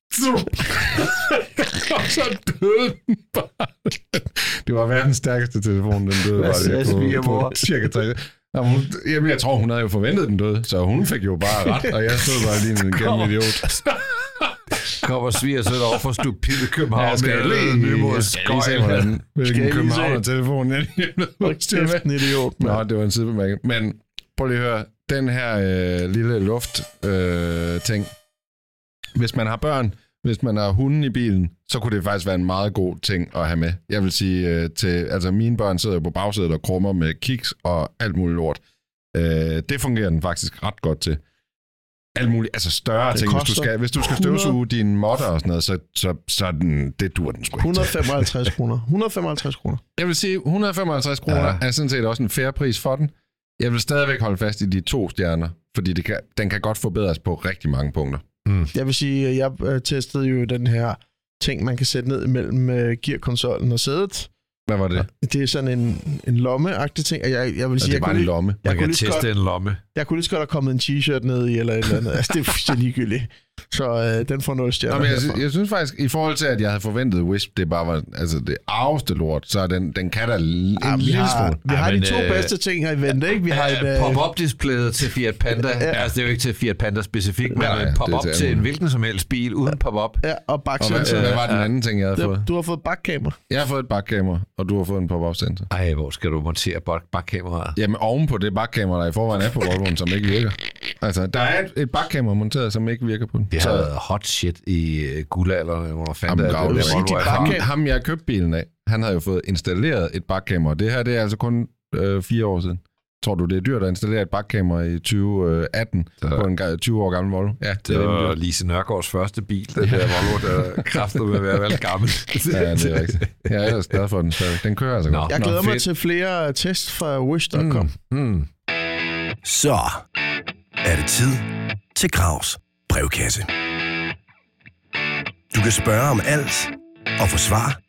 og så døde den bare. Det var verdens stærkeste telefon, den døde bare på, på cirka tre. Hun, jamen, jeg tror, hun havde jo forventet den døde, så hun fik jo bare ret, og jeg stod bare lige en gennem idiot. Kommer svigersød over for stupide København. Jeg skal lige se, hvordan hvilken Københavner-telefon jeg lige er en idiot. Nå, det var en sidebemærkning. Men prøv lige at høre, den her øh, lille luft-ting. Øh, hvis man har børn, hvis man har hunden i bilen, så kunne det faktisk være en meget god ting at have med. Jeg vil sige, øh, til, altså mine børn sidder jo på bagsædet og krummer med kiks og alt muligt lort. Øh, det fungerer den faktisk ret godt til. Alt muligt, altså større det ting. Hvis du skal, hvis du skal støvsuge dine måtter og sådan noget, så, så, så den, det dur den sgu ikke. et hundrede og femoghalvtreds kroner. et hundrede og femoghalvtreds kroner. Jeg vil sige, et hundrede og femoghalvtreds kroner ja. Er sådan set også en fair pris for den. Jeg vil stadigvæk holde fast i de to stjerner, fordi det kan, den kan godt forbedres på rigtig mange punkter. Mm. Jeg vil sige, at jeg testede jo den her ting, man kan sætte ned imellem gearkonsollen og sædet. Hvad var det? Det er sådan en, en lomme-agtig ting. Jeg, jeg vil sige, ja, det er bare en lomme. Jeg, jeg kan teste godt, en lomme. Jeg kunne lige så godt have kommet en t-shirt ned i, eller et eller andet. Altså, det er fuldstændig ligegyldigt. Så øh, den får noget stjerner. Nå, men jeg, herfra. jeg synes faktisk, i forhold til, at jeg havde forventet Wisp, det bare var altså det arveste lort, så er den, den kan da en Ja, vi lille har, smule. vi har Ja, de men, to øh, bedste ting her i vente, ikke? Vi har et... Øh, Pop-up-displayet til Fiat Panda. Ja. Altså, det er jo ikke til Fiat Panda specifikt, men Nej, en det pop-up er til til en alle. hvilken som helst bil uden pop-up. ja, og Og hvad, baksensor. hvad var den anden ting, jeg havde fået? Du har fået bakkamera. Jeg har fået et bakkamera, og du har fået en pop-up sensor. Ej, hvor skal du montere bak- bakkameraet? Jamen ovenpå det bakkamera, der i forvejen er på Volvoen, som ikke virker. Altså, der er et, et bakkamera monteret, som ikke virker på den. Det har været hot shit i uh, guldalderen, hvor der fandt Jamen, af grav, det det der sige, Volvo. de er bakke- ham, kommet. ham, jeg købte bilen af, han havde jo fået installeret et bakkamera. Det her, det er altså kun øh, fire år siden. Tror du, det er dyrt at installere et bakkamera i tyve atten Så- på en ga- tyve år gammel Volvo? Ja, det Det er rimelig var dyrt. Lise Nørgaards første bil, den der Volvo, der kræftede med at være valgt gammel. Ja, det er rigtigt. Jeg er ellers glad for den stadig. Den kører altså Nå. godt. Jeg glæder mig fedt. til flere tests fra wish punktum com. Mm. Mm. Så er det tid til Gravs brevkasse. Du kan spørge om alt og få svar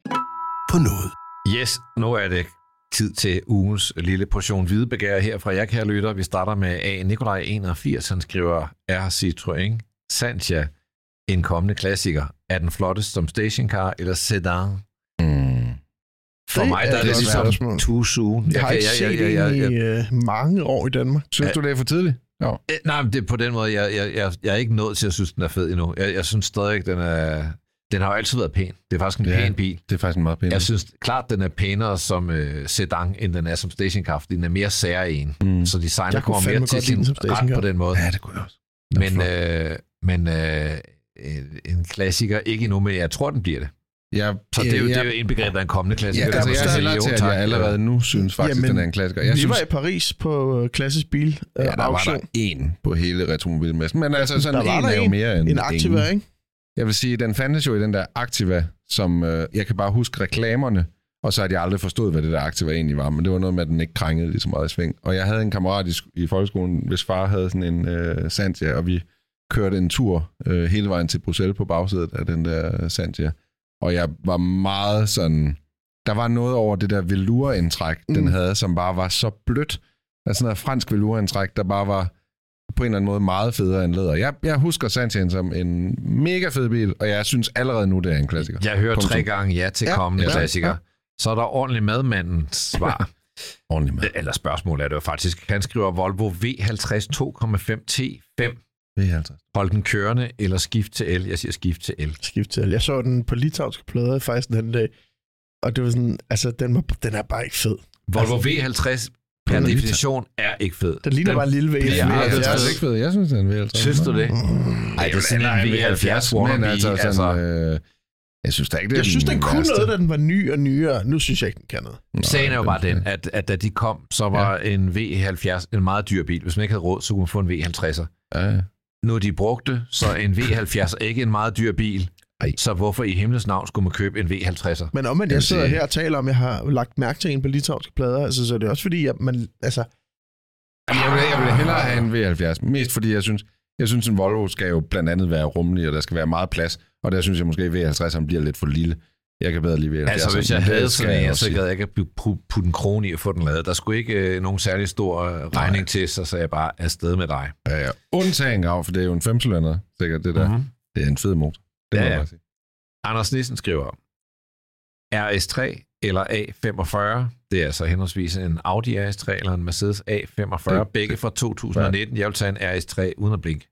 på noget. Yes, nu er det tid til ugens lille portion hvidebegær her fra jer, kære lytter. Vi starter med A. Nikolaj enogfirs. Han skriver, er Citroën Santia en kommende klassiker? Er den flottest som stationcar eller sedan? Mm. For Det mig er der er et det godt ligesom spørgsmål. too soon. Jeg har kan- ikke set jeg- jeg- jeg- en i øh, mange år i Danmark. Synes du, det er for tidligt? Ja. Øh, Nej, men det er på den måde, jeg, jeg, jeg, jeg er ikke nået til at synes, den er fed endnu. Jeg, jeg synes stadig, den er... Den har jo altid været pæn. Det er faktisk en Ja. pæn bil. Det er faktisk en meget pæn. Jeg synes klart, den er pænere som øh, sedan, end den er som stationcar, fordi den er mere særegen. Mm. Så designet Jeg kunne kommer fandme mere til godt lide den sin som ret stationcar. på den måde. Ja, det kunne jeg også. Den er Men, flot. øh, men øh, en- en klassiker, ikke endnu, men jeg tror, den bliver det. Jeg, Så det er jo, jeg, det er jo indbegrebet af en kommende ja, klassiker. altså, jeg er Derfor hellere siger til, jo at tak. jeg allerede nu synes faktisk, Jamen, den er en klassiker. Jeg Vi synes, var i Paris på øh, klassisk bil øh, ja, der var auktion. der en på hele retromobilmessen. Men altså, sådan Der var en der er jo en. mere end En Activa, ingen. ikke? Jeg vil sige, den fandtes jo i den der Activa, som øh, jeg kan bare huske reklamerne, og så havde jeg aldrig forstået, hvad det der Activa egentlig var, men det var noget med, at den ikke krængede lige så meget i sving. Og jeg havde en kammerat i, sk- i folkeskolen, hvis far havde sådan en øh, Santia, og vi kørte en tur øh, hele vejen til Bruxelles på bagsædet af den der Santia. Og jeg var meget sådan... Der var noget over det der velourindtræk, mm. den havde, som bare var så blødt. Altså sådan noget fransk velourindtræk, der bare var på en eller anden måde meget federe end læder. Jeg, jeg husker Santiaen som en mega fed bil, og jeg synes allerede nu, det er en klassiker. Jeg hører Punktum. tre gange ja til Ja, kommende ja, klassiker. ja. Så er der ordentlig madmandens svar. Ordentligt med. Eller spørgsmål er det jo faktisk. Han skriver Volvo V halvtreds to komma fem T fem. Det er halvtreds. Hold den kørende eller skift til el. Jeg siger skift til el. Skift til. Jeg så den på litauiske plader faktisk den anden dag. Og det var sådan, altså, den, var, den er bare ikke fed. Volvo V halvtreds per Den er definition er ikke fed. Den ligner bare en lille V. Ja, Ja, det er det er altså ikke fed. Jeg synes, det er en V halvtreds. Synes du det? Mm. Ej, det er sådan en V halvfjerds wannabe. Men altså, sådan, Altså, øh, jeg synes da ikke, det er Jeg synes, den kunne værste. noget, da den var ny og nyere. Nu synes jeg ikke, den kan noget. Nå, sagen er jo bare den- den, at, at da de kom, så var ja. en V halvfjerds en meget dyr bil. Hvis man ikke havde råd, så kunne man få en V halvtredser. Ja, Nu er de brugte, så en V halvfjerds er ikke en meget dyr bil. Ej. Så hvorfor i himlens navn skulle man købe en V halvtredser? Men om man Jeg jeg vil sidder sige- her og taler om, at jeg har lagt mærke til en på litauiske plader, altså, så er det også fordi, at man, altså, Jamen, jeg, vil, jeg vil hellere have en V halvfjerds. Mest fordi jeg synes, jeg synes, en Volvo skal jo blandt andet være rummelig, og der skal være meget plads. Og der synes jeg måske, at V halvtredseren bliver lidt for lille. Jeg kan bedre lide V halvfjerds. Altså, hvis jeg men det havde skal sådan en, også så sige. gad jeg ikke at pu- putte en krone i at få den lavet. Der skulle ikke øh, nogen særlig stor øh, regning Nej. til, så sagde jeg bare afsted med dig. Ja, ja. Undtagen af, for det er jo en femcylinder, sikkert det der. Mm-hmm. Det er en fed motor. Det Ja, må ja. jeg bare sige. Anders Nissen skriver, R S tre eller A femogfyrre, det er altså henholdsvis en Audi R S tre eller en Mercedes A femogfyrre, Det- begge fra to tusind nitten. Jeg vil tage en R S tre uden at blinke.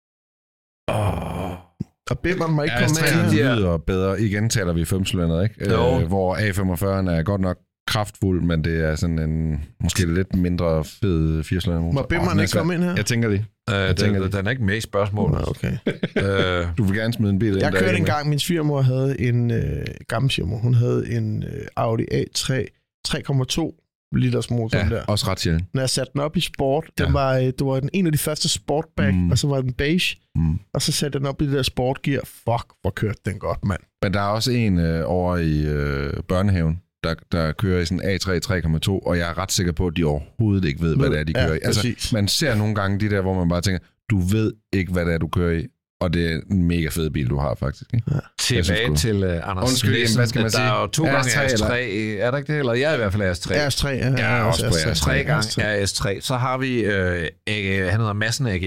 og Bimmeren må ikke R S komme tre'eren med her. lyder bedre. Igen taler vi femcylinder, ikke? Jo. Øh, hvor A femogfyrre er godt nok kraftfuld, men det er sådan en måske lidt mindre fed firecylinder motor. Må Bimmeren ikke komme ind her? Jeg tænker lige. Øh, tænker den, det. den er ikke med i spørgsmålet. Nå, okay. øh, Du vil gerne smide en bil ind, Jeg der kørte ikke en er med. gang, min svigermor havde en øh, gammel svigermor, hun havde en øh, Audi A tre tre komma to liters motor Ja, der. også ret sjældent. Når jeg satte den op i sport, den Ja. var, øh, det var den en af de første sportback, Mm. mm. og så var den beige, Mm. og så satte den op i det der sportgear. Fuck, hvor kørte den godt, mand. Men der er også en øh, over i øh, børnehaven, der, der kører i sådan en A tre tre komma to, og jeg er ret sikker på, at de overhovedet ikke ved, hvad det er, de Ja, kører i. Altså, præcis. man ser nogle gange de der, hvor man bare tænker, du ved ikke, hvad det er, du kører i. Og det er en mega fed bil, du har faktisk. Ikke? Jeg synes tilbage sgu- til uh, Anders Undskyld, jamen, Nissen. hvad skal man Der sige? er jo to R S gange tre R S tre, er der ikke det? Eller jeg er i hvert fald R S tre. R S tre, ja. Jeg er også på R S tre. R S Tre gange R S tre. Så har vi, øh, A- han hedder Madsen A G F,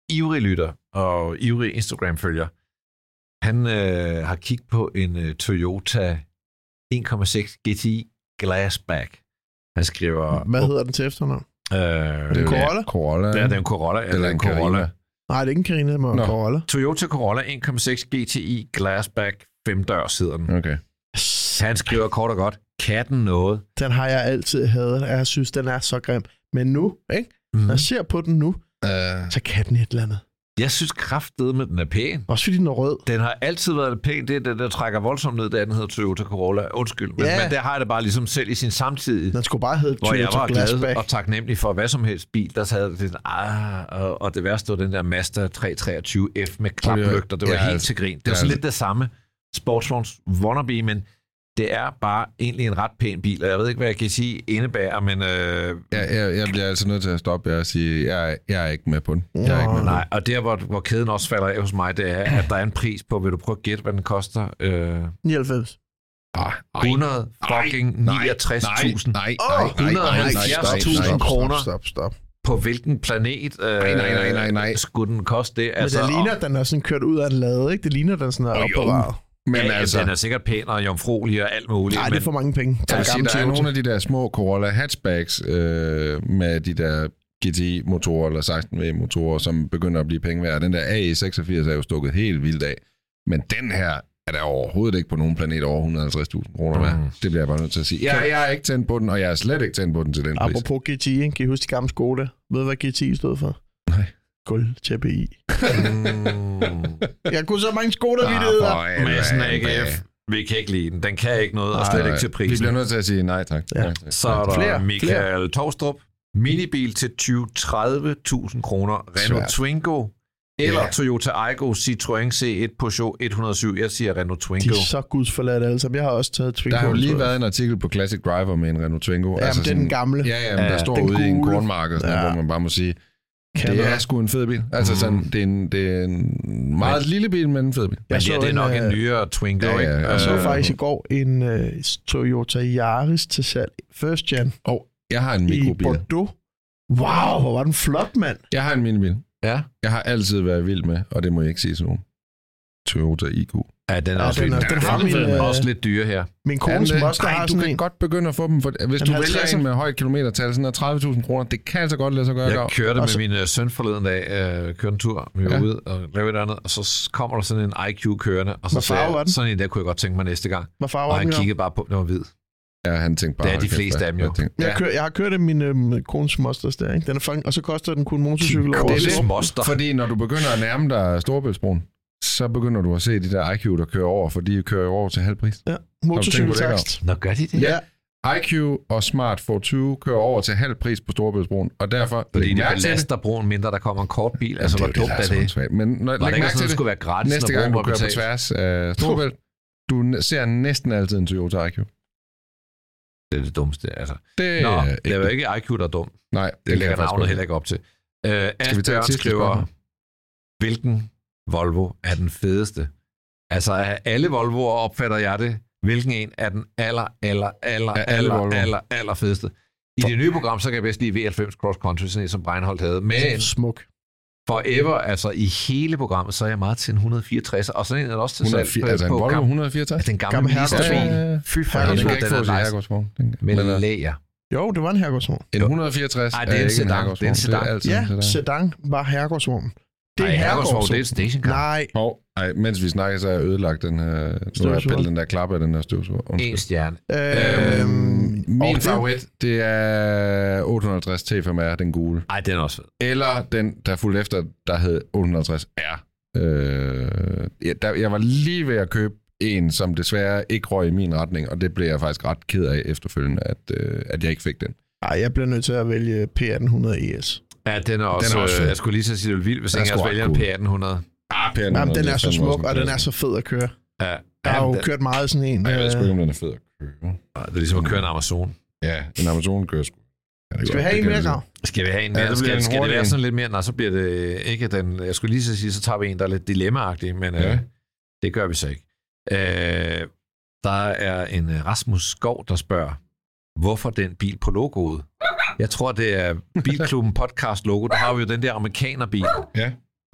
ivrig lytter og ivrig Instagram-følger, han øh, har kigget på en øh, Toyota en komma seks G T I Glassback. Han skriver... Hvad hedder den til efternavn? Øh, det er en Corolla? Corolla. Det er, det er en Corolla. Eller Eller en en Corolla. Nej, det er ikke en Carina, det er en Corolla. Toyota Corolla en komma seks G T I Glassback femdørs hedder den. Okay. Han skriver kort og godt, katten noget. Den har jeg altid hadet, og jeg synes, den er så grim. Men nu, ikke? Mm. Når jeg ser på den nu, Uh, så kan den et eller andet. Jeg synes kraftedeme, den er pæn. Også fordi den er rød. Den har altid været pæn. Det er det, der trækker voldsomt ned, da den hedder Toyota Corolla. Undskyld, men, Ja. men der har jeg det bare ligesom selv i sin samtid. Den skulle bare hedde Hvor jeg Toyota var glad Glassback. og taknemmelig for hvad som helst bil, der havde det sådan, ah, og, og det værste var den der Mazda tre treogtyve F med klaplygter. Det var Ja, helt altså, til grin. Det var ja, sådan altså. lidt det samme sportsvogns wannabe, men det er bare egentlig en ret pæn bil, og jeg ved ikke, hvad jeg kan sige indebærer, men... Øh, jeg, jeg, jeg bliver altså nødt til at stoppe jer og sige, jeg, jeg er ikke med på den. Jeg er ikke med på nej, og der, hvor, hvor kæden også falder af hos mig, det er, at der er en pris på, vil du prøve at gætte, hvad den koster? Øh, nioghalvfems. Ah, hundrede fucking niogtres tusind. Nej, Åh, nej, nej, hundrede og nej, halvfjerds nej, tusind nej, kroner. Stop, stop, stop. På hvilken planet øh, Nej, nej, nej, nej, nej. skulle den koste det? Men altså, det ligner, at den er sådan kørt ud af en lade, ikke? Det ligner, at den sådan er Åh, jo. opbevaret. Men ja, altså, den er sikkert pæn og jomfruelig og alt muligt. Nej, det men er for mange penge. jeg vil sige, der er Toyota. nogle af de der små Corolla hatchbacks øh, med de der G T I-motorer eller seksten V-motorer, som begynder at blive penge værd. Den der A E seksogfirs er jo stukket helt vildt af. Men den her er der overhovedet ikke på nogen planet over et hundrede og halvtreds tusind kroner med. Mm. Det bliver jeg bare nødt til at sige. Jeg, jeg er ikke tændt på den, og jeg er slet ikke tændt på den til den pris. Apropos G T I, ikke? Kan I huske de gamle Skoda? Ved du, hvad G T I stod for? Nej. Gulvtæppe i. mm, Jeg kunne så mange Ah, Skoda-videoer. Madsen A G F, vi kan ikke lide den. Den kan ikke noget, og slet ikke til Vi prisen. bliver nødt til at sige nej tak. Ja. Nej, tak. Så er der Flere, Michael Tovstrup. Minibil til tyve til tredive tusind kroner. Renault Svært. Twingo. Eller Ja. Toyota Aygo, Citroën C et, Peugeot et hundrede og syv. Jeg siger Renault De Twingo. er så gudsforladt alle sammen. Jeg har også taget Twingo. Der har jo lige tror jeg. været en artikel på Classic Driver med en Renault Twingo. Ja, altså det er den gamle. Ja, ja, men Ja, der står den ude i en gule. kornmark, og sådan Ja. noget, hvor man bare må sige, Kan det noget. er sgu en fed bil. Altså Mm. sådan, det er en, det er en meget Men- lille bil, men en fed bil. Men Jeg det, så er- det er en, nok øh, en nyere Twingo, ja, ja, ikke? ja. Jeg så Øh, faktisk i går en uh, Toyota Yaris til salg. First gen. Og jeg har en I mikrobil. Bordeaux. Wow, hvor var den flot, mand. Jeg har en minibil. Ja. Jeg har altid været vild med, og det må jeg ikke sige til nogen. Toyota I Q. Ja, den er Ja, også, den er- lidt, den den har min, er øh, også lidt dyre her. Min kone, som også der Ej, har du sådan kan en. godt begynde at få dem, for hvis Den du halvtredser. vælger en med høj kilometertal, sådan noget tredive tusind kroner, det kan altså godt lade sig gøre. Jeg Gav. kørte Og så- med min øh, søn forleden dag, øh, kørte en tur, vi var Ja. ude og lavede et andet, og så s- kommer der sådan en I Q kørende, og så Hvad sagde farve var jeg, den? sådan en der kunne jeg godt tænke mig næste gang. Hvad farve Og var han den? kiggede bare på, den var hvid. Ja, han tænkte bare... Det er de hold kæft, fleste hvad- af dem jo. jeg tænkte, Jeg, ja. kører, jeg har kørt i min øh, kones mosters der, ikke? Den er fucking, og så koster den kun motorcykel over. Det er det. lidt moster. Fordi når du begynder at nærme dig Storebæltsbroen, så begynder du at se de der I Q, der kører over, for de kører over til halv pris. Ja, tænkt på det, motorcykeltakst. Nå, gør de det? Ja, I Q og Smart fire tyve kører over til halv pris på Storebæltsbroen, og derfor... Fordi læg de mærke til det. belaster broen mindre, der kommer en kort bil. Altså, hvor det er jo dumt det, er der er så det? åndssvagt. Men når, Var læg det ikke mærke sådan, til det det. skulle være gratis, Næste når gang broen du var kører på betalt? tværs af Storebælt, du ser næsten altid en Toyota I Q. Det er det dummeste, altså. Det Nå, er det er jo ikke I Q, der er dum. Nej, Det kan jeg lægger faktisk navnet godt heller ikke op til. Uh, Skal vi tage et Asbjørn sidste skriver, spørgsmål? hvilken Volvo er den fedeste? Altså, af alle Volvoer opfatter jeg det. Hvilken en er den aller, aller, aller, Af alle aller, Volvoer? aller, aller fedeste? I det nye program, så kan jeg bedst lide V halvfems Cross Country, sådan en, som Breinholt havde. Men smuk. forever, altså i hele programmet, så er jeg meget til en et hundrede og fireogtres, og sådan en er der også til et hundrede og salg fire, på, altså en på Volvo kamp. et hundrede og fireogtres? Den gamle Gammel ministerbil. herregårdsvogn. Fy for Ja, den helvede, kan ikke den få sig er nice. herregårdsvogn. Den kan- Med men, øh, læger. Jo, det var en herregårdsvogn. En et hundrede og fireogtres Ej, det er en ikke sedan. herregårdsvogn. Det er en sedan. altid Ja, en sedan. sedan var herregårdsvogn. Det er Nej, herregårdsvogn, det er herregårdsvogn. et stationcar. Nej, Hov, ej, mens vi snakker, så har jeg ødelagt den her... Nu har jeg Støvsuger. pillet den der klappe af den der støvsuger. Undskyld. En stjerne. øhm, Min og det- favorit, det er otte hundrede og halvtreds T fem R, den gule. Ej, den er også fed. Eller den, der fulgte efter, der hed otte hundrede og halvtreds R. Øh, jeg, der, jeg var lige ved at købe en, som desværre ikke røg i min retning, og det blev jeg faktisk ret ked af efterfølgende, at, øh, at jeg ikke fik den. Ej, jeg bliver nødt til at vælge P atten hundrede E S. Ja, den er også, Den er også fed. øh, jeg skulle lige så sige, det er vildt, hvis Den er ingen af sgu os ret vælger en P cool. atten hundrede. Ah, P Jamen, den er så smuk, og den er så fed at køre. Ja, Jeg har jo den, kørt meget sådan en. Jeg ved sgu ikke, øh, om den er fed at køre. det er ligesom at køre en Amazon. Ja, en Amazon kører sgu. Ja, det Skal vi godt, have det en kan mere, jeg Grav? Skal vi have en Ja, mere? det bliver skal en skal det hurtig være en. sådan lidt mere? Nej, så bliver det ikke den... Jeg skulle lige så sige, så tager vi en, der er lidt dilemma-agtig, men Ja. øh, det gør vi så ikke. Øh, der er en øh, Rasmus Skov, der spørger, hvorfor den bil på logoet? Jeg tror, det er Bilklubben podcast logo. Der har vi jo den der amerikanerbil. Ja.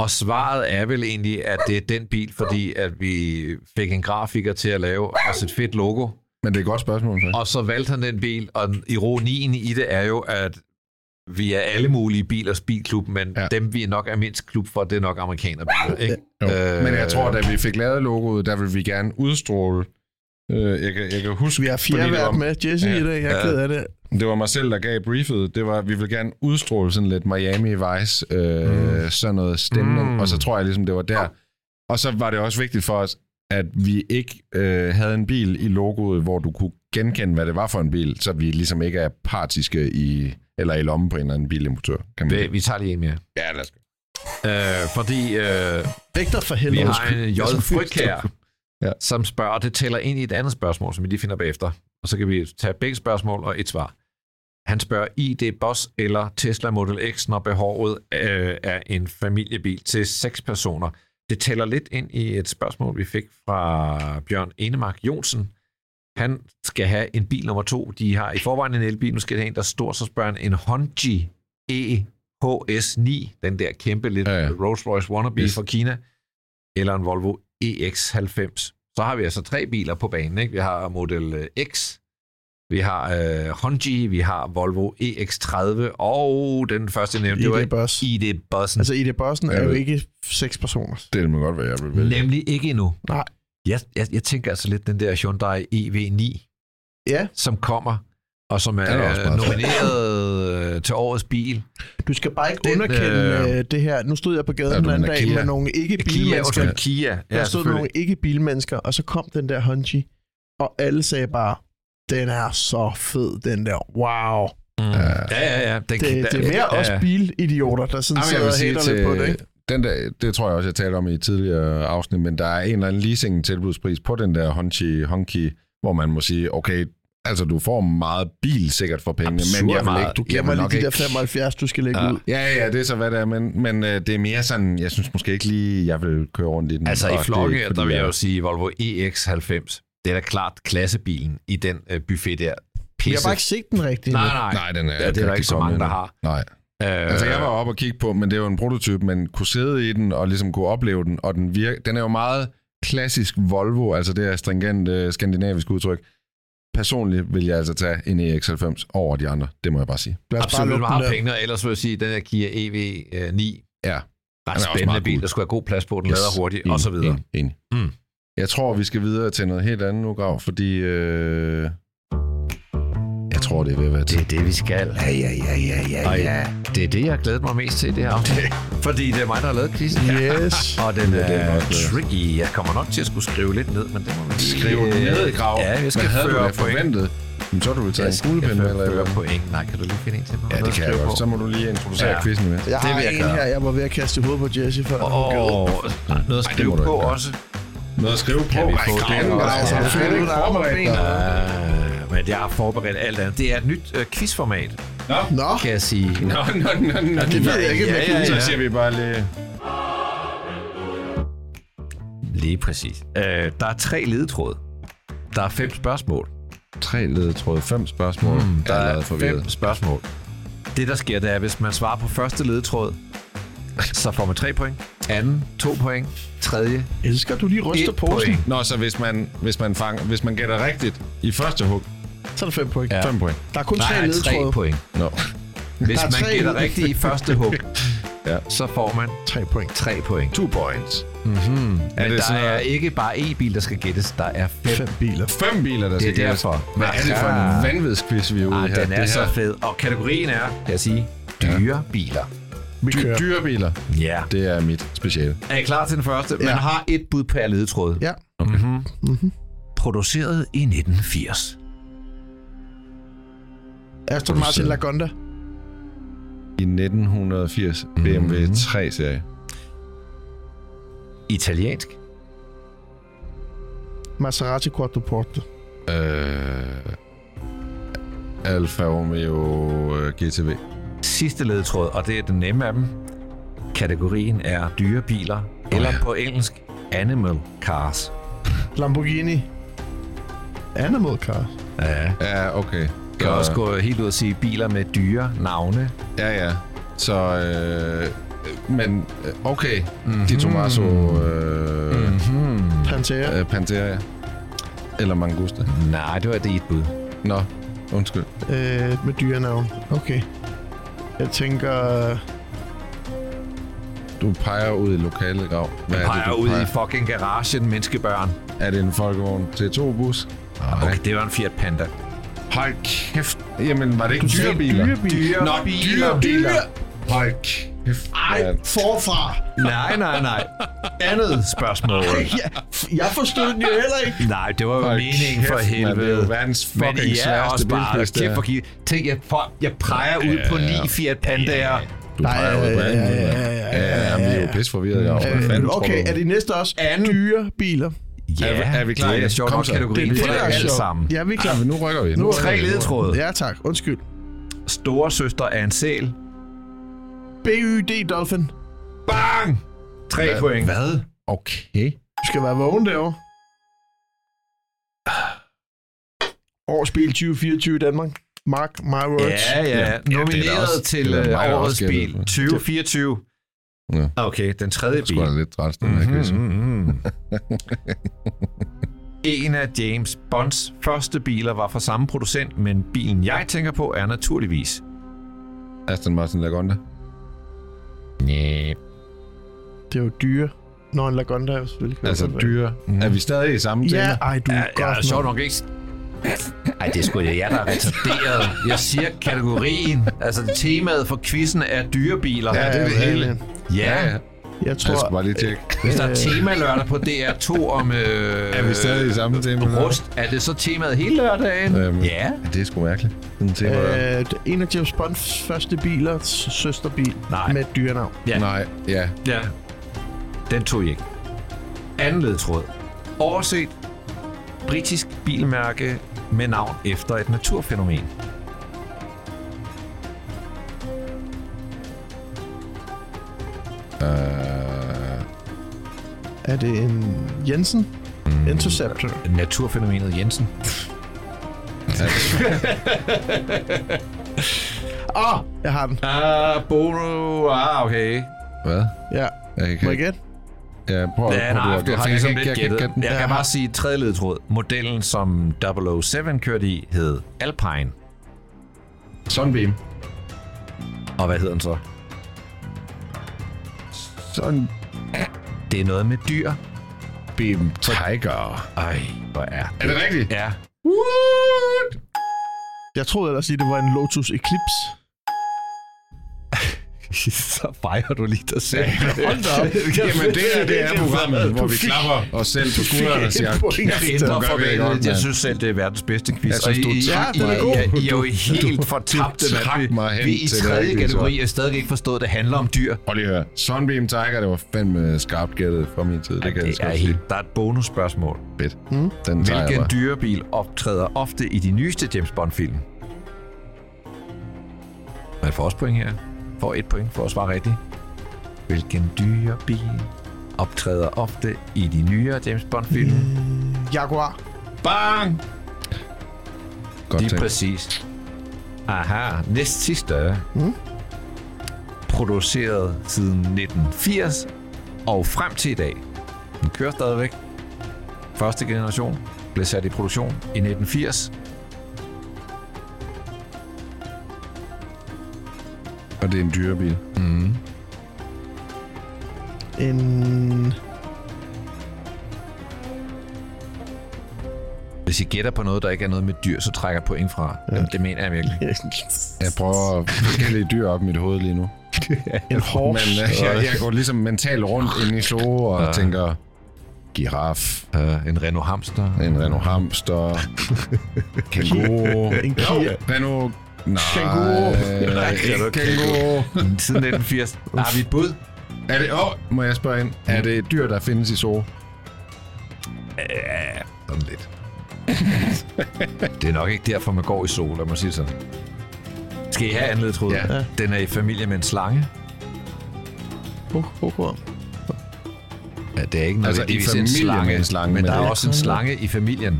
Og svaret er vel egentlig, at det er den bil, fordi at vi fik en grafiker til at lave os et fedt logo. Men det er et godt spørgsmål, faktisk. Og så valgte han den bil, og ironien i det er jo, at vi er alle mulige bilers bilklub, men ja. dem vi nok er mindst klub for, det er nok amerikanerbiler, ikke? Øh, men jeg tror, da vi fik lavet logoet, der vil vi gerne udstråle. Øh, jeg, kan, jeg kan huske... Vi har fire været med Jesse ja. i dag, jeg er ja. ked af det. Det var mig selv, der gav briefet. Det var, vi vil gerne udstråle sådan lidt Miami Vice, øh, mm. sådan noget stemning, mm. og så tror jeg ligesom, det var der. Og så var det også vigtigt for os, at vi ikke øh, havde en bil i logoet, hvor du kunne genkende, hvad det var for en bil, så vi ligesom ikke er partiske i, eller i lommen på en eller anden bilimportør. Kan man vi, vi tager lige en mere. Ja, lad os gå. Øh, fordi øh, Vægter for helvede. Vi har en J. Frykær, ja. som spørger, det tæller ind i et andet spørgsmål, som vi lige finder bagefter. Og så kan vi tage begge spørgsmål og et svar. Han spørger, I D Boss eller Tesla Model X, når behovet øh, er en familiebil til seks personer. Det tæller lidt ind i et spørgsmål, vi fik fra Bjørn Enemark Jonsen. Han skal have en bil nummer to. De har i forvejen en elbil. Nu skal det have en, der er stor. Så spørger han en Honji E H S ni, den der kæmpe lidt ja, ja. Rolls-Royce wannabe yes. fra Kina, eller en Volvo E X halvfems. Så har vi altså tre biler på banen, ikke? Vi har Model X, vi har øh, Honji, vi har Volvo E X tredive, og den første nævnte, det var I D Bossen. Altså I D Bossen er jo ikke seks personer. Det må godt være, jeg vil vælge. Nemlig ikke endnu. Nej. Jeg, jeg, jeg tænker altså lidt den der Hyundai E V ni, ja. som kommer, og som er, er nomineret øh, til årets bil. Du skal bare ikke den, underkende øh, det her. Nu stod jeg på gaden ja, den anden dag Kia. med nogle ikke-bilmennesker. Kia, Kia. Ja, der stod nogle ikke-bilmennesker, og så kom den der Honji, og alle sagde bare, den er så fed, den der. Wow. Mm. Ja, ja, ja. Den, det, det er mere ja. også bilidioter, der sådan sidder og hater lidt på det, ikke? Den der, det tror jeg også, jeg talte om i et tidligere afsnit, men der er en eller anden leasing-tilbudspris på den der Honji, Honki, hvor man må sige, okay, altså du får meget bil sikkert for pengene, Absurd men jeg vil ikke... Du giver mig lige de der femoghalvfjerds, du skal lægge ja. ud. Ja, ja, det er så, hvad det er, men, men uh, det er mere sådan, jeg synes måske ikke lige, jeg vil køre rundt i den. Altså i flokke, der vil jeg jo sige, Volvo E X halvfems, det er da klart klassebilen i den uh, buffet der. Pisse. Jeg har bare ikke set den rigtigt. Nej, nej, nej den er, ja, det er der ikke så mange, der har. Nej. Uh, altså jeg var oppe og kigge på, men det er jo en prototype, men kunne sidde i den og ligesom kunne opleve den, og den, virke, den er jo meget klassisk Volvo, altså det er stringent uh, skandinavisk udtryk. Personligt vil jeg altså tage en E X halvfems over de andre, det må jeg bare sige. Absolut meget penge, og ellers vil jeg sige, at den der Kia E V ni, ja. ret spændende bil, der skulle have god plads på, den yes. lader hurtigt, og så videre. Enig. Mm. Jeg tror, vi skal videre til noget helt andet nu, Grav, fordi... Øh... Jeg tror, det er ved at være til. Det er det, vi skal. Ja, ja, ja, ja, ja, ja. Det er det, jeg har glædet mig mest til i det her afsnit. Fordi det er mig, der har lavet quizzen. Yes. Og den er, er tricky. Jeg kommer nok til at skulle skrive lidt ned, men det må man lige... Skrive ned, Grav? Ja, jeg skal føre point. Forventet? Men så har du tage en kuglepen eller eller eller point. Nej, kan du lige finde en til mig? Ja, det kan jeg godt. Så må du lige introducere ja. quizzen med. Jeg har det vil jeg en gøre. her, jeg var ved at kaste i hovedet på Jesse før. Åh, oh, noget at skrive på også. Noget at skrive på? Kan vi få det også? Altså, du ikke forberedt men jeg har forberedt alt andet. Det er et nyt øh, quizformat. Nå. Nå. Kan jeg sige. Nå, nå, nå, nå. Det ved jeg ikke, ja, ja, ja. Så siger vi bare lige... Lige præcis. Øh, der er tre ledetråde. Der er fem spørgsmål. Tre ledetråde, fem spørgsmål. Mm, der er, er fem spørgsmål. Det, der sker, det er, hvis man svarer på første ledetråd, så får man tre point. Anden, to point. Tredje, elsker du lige ryster posen? Nå, så hvis man, hvis man, fang, hvis man gætter rigtigt i første hug, så er det fem point. Ja. Fem point. Der er kun Nej, tre ledetråde. tre point. No. Hvis man gætter rigtigt i første hug, ja. så får man tre point. Tre point. Two points. Mm-hmm. Men er det der sådan, er ikke bare én bil, der skal gættes. Der er fem, fem biler. Fem biler, der skal gættes. Det er derfor. Hvad er det for en vanvidsquiz, vi er ude ah, her? Den er det så her. Fed. Og kategorien er, kan jeg sige, dyre ja. biler. Dy- dyre biler? Ja. Det er mit speciale. Er I klar til den første? Ja. Man har et bud per ledetråd. Ja. Okay. Mm-hmm. Mm-hmm. Produceret i nitten firs. Aston Martin Lagonda. I nitten firs. B M W mm-hmm. tre-serie. Italiensk. Maserati Quattroporte. Øh, Alfa Romeo G T V. Sidste ledetråd, og det er den nemme af dem. Kategorien er dyre biler, oh, eller ja. på engelsk, animal cars. Lamborghini. Animal cars? Ja. Ja, okay. Jeg kan også gå helt ud og sige biler med dyre navne. Ja, ja. Så øh, men okay. Mm-hmm. De Tomaso... Øh, Mm-hmm. Pantera. øh, Pantera, ja. Eller Mangusta. Nej, det var det et bud. Nå, undskyld. Øh, med dyrenavn. Okay. Jeg tænker... Du peger ud i lokalet, Grav. Hvad Jeg er peger det, du ud peger? i fucking garagen, menneskebørn. Er det en folkevogn T to bus? Nej. Okay, det var en Fiat Panda. Hold kæft. Jamen, var det ikke sagde dyrebiler? dyrebiler. Nå, dyrebiler. Hold kæft. Ej, mand. forfra. Nej, nej, nej. Andet spørgsmål. Jeg, jeg forstod den jo heller ikke. Nej, det var jo Hold meningen for kæft, mand. helvede. Det er jo verdens Men fucking I er sværeste også bare bilquiz, det kæft her. for kigge. Tænk, jeg, for, jeg peger ud på ni Fiat Pandaer. Du peger ud på ja, anden. ja, ja, ja, ja, Ja, vi er jo pisse forvirret. Jeg hvad fanden Øh, tror okay, du? er de næste også dyre biler? Ja, Er vi- er vi klar? det er sjovt Kom nok så. kategorien Det er for det, det der er alt sjovt. sammen. Ja, vi er klar. Ja, men nu rykker vi. Nu Nu rykker Tre vi. ledetråde. Ja, tak. Undskyld. Store søster er en sæl. B Y D Dolphin. Bang! Tre point. Hvad? Okay. Du skal være vågen derovre. Årsbil tyve fireogtyve i Danmark. Mark my words. Ja, ja. Ja, det er da Nomineret også- til det er øh, mig, der årets også gættede bil det. tyve fireogtyve. Ja. Okay, den tredje Det bil. skulle da lidt træls, den her quiz. Mm-hmm. En af James Bonds første biler var fra samme producent, men bilen jeg tænker på er naturligvis... Aston Martin Lagonda. Næh. Det er jo dyre. Nå, en Lagonda er jo selvfølgelig. Altså dyre. Er vi stadig i samme tema? Ja, ej, du er Ja, godt. ja, sjovt nok ikke... Ej, det er sgu jeg, der er retarderet. Jeg siger kategorien. Altså, temaet for quizzen er dyrebiler. Ja, det er det hele. Ja, Ja, ja. Jeg Jeg skal tror, bare lige tjekke. hvis der er tema lørdag på D R to om øh, Er vi stadig i samme tema? rust, er det så temaet hele lørdagen? Øhm, Ja. Det er sgu mærkeligt. Sådan en tema, der. øh, en af James Bonds første biler, s- søsterbil, Nej. med et dyrenavn. Ja. Nej, ja. Ja. Den tog I ikke. Anden ledtråd. Overset britisk bilmærke med navn efter et naturfænomen. Uh, Er det en Jensen? Mm. Interceptor. Naturfænomenet Jensen. Åh, oh, jeg har den. Ah, Bono. Ah, okay. hvad? Ja. Jeg kan Må jeg ikke... gætte? Ja, prøv, Ja, prøv, nej, du, du jeg, har jeg, ligesom jeg, lidt jeg, kan ikke gættet. gætte den. Jeg kan bare sige tredje ledtråd. Modellen, som double oh seven kørte i, hed Alpine. Sunbeam. Og hvad hedder den så? Sunbeam Det er noget med dyr. Tiger. Ej, hvor er Er det rigtigt? Ja. What? Jeg troede ellers, at det var en Lotus Eclipse. Så fejrer du lige dig selv. Hold da op. Jamen, det er, det er Det er programmet, fandme- hvor du vi fik- klapper os selv på skulderen og siger, et point. kæft, Indre du gør vi det godt, forvældet. Jeg mand. synes selv, det er verdens bedste quiz. Jeg synes, Og du I, trak I, mig. I, I, I er jo Du- helt fortabte, du trak mig hen Vi er i til det tredje rigtige kategori. svar. Jeg har stadig ikke forstået, at det handler om dyr. Prøv lige at høre. Sunbeam Tiger, det var fandme skarpt gættet fra min tid. Det kan jeg Det sgu er godt sige. helt, der er et bonusspørgsmål. Fedt. Den tager jeg Hvilken bare. dyrebil optræder ofte i de nyeste James Bond-film? Man får også point her. Får et point for at svare rigtigt. Hvilken dyrebil optræder ofte i de nyere James Bond-film? Jaguar. Bang! Godt Lige tænkt. præcis. Aha, næst sidste. Mm. Produceret siden nitten firs og frem til i dag. Den kører stadigvæk. Første generation blev sat i produktion i nitten firs. Og det er en dyrebil. Mm. En... Hvis I gætter på noget, der ikke er noget med dyr, så trækker jeg point fra. Ja. Jamen, det mener jeg virkelig. Jeg prøver at forskellige dyr op i mit hoved lige nu. En horse. Men uh, jeg, jeg går ligesom mentalt rundt ind i zoo og Ja. tænker, giraf, Uh, en Renault Hamster. en Renault hamster, kænguru, En Kia. Renault... Nej, Kænguru. Nej, ikke kænguru. Siden nitten firs. Har vi et bud? Er det... Åh, oh, må jeg spørge ind? Er det et dyr, der findes i zoo? Ja, sådan lidt. Det er nok ikke derfor, man går i sol, lad mig sige sådan. Skal I have anden ledtråd? Ja. Den er i familie med en slange. Hokorm. Ja, det er ikke Altså, nødvendigvis i en familie slange, med en slange, men men der det er er også en slange i familien.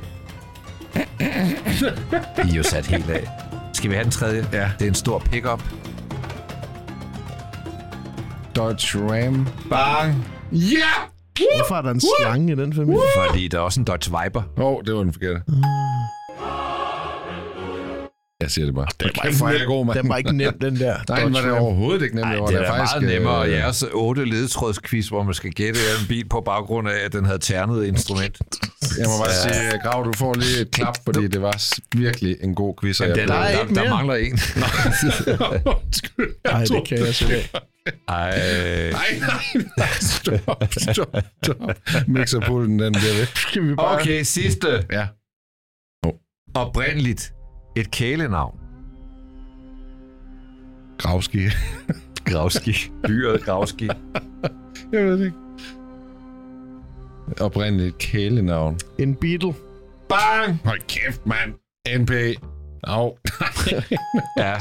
I er jo sat helt af. Skal vi have den tredje? Ja. Det er en stor pickup. Dodge Ram. Bang! Ja! Yeah! Hvorfor er der en slange i den familie? Fordi der er også en Dodge Viper. Åh, oh, det var den forkerte. Jeg siger det bare. Det var ikke, for, jeg er nem, god, mand. den var ikke nem, den der. Nej, den var det overhovedet ikke nem. Ej, det, det er der faktisk, meget nemmere. øh... Jeres otte ledetrådsquiz, hvor man skal gætte en bil på baggrund af, at den havde ternet instrument. Jeg må bare sige, Grav, du får lige et klap, fordi det var virkelig en god quiz. Jamen, jeg der, er der, ikke der, der mere. mangler en. Nej, det kan jeg slet ikke. Ej. Nej, nej, nej. Stop, stop, stop. Mixerpulten, den bliver væk. Skal vi bare... Okay, sidste. Ja. Oprindeligt et kælenavn. Gravski. Gravski. Dyret Gravski. Jeg ved det ikke. Oprindeligt kælenavn. En Beetle. Bang! Hold kæft, mand. N P. Au. Ja.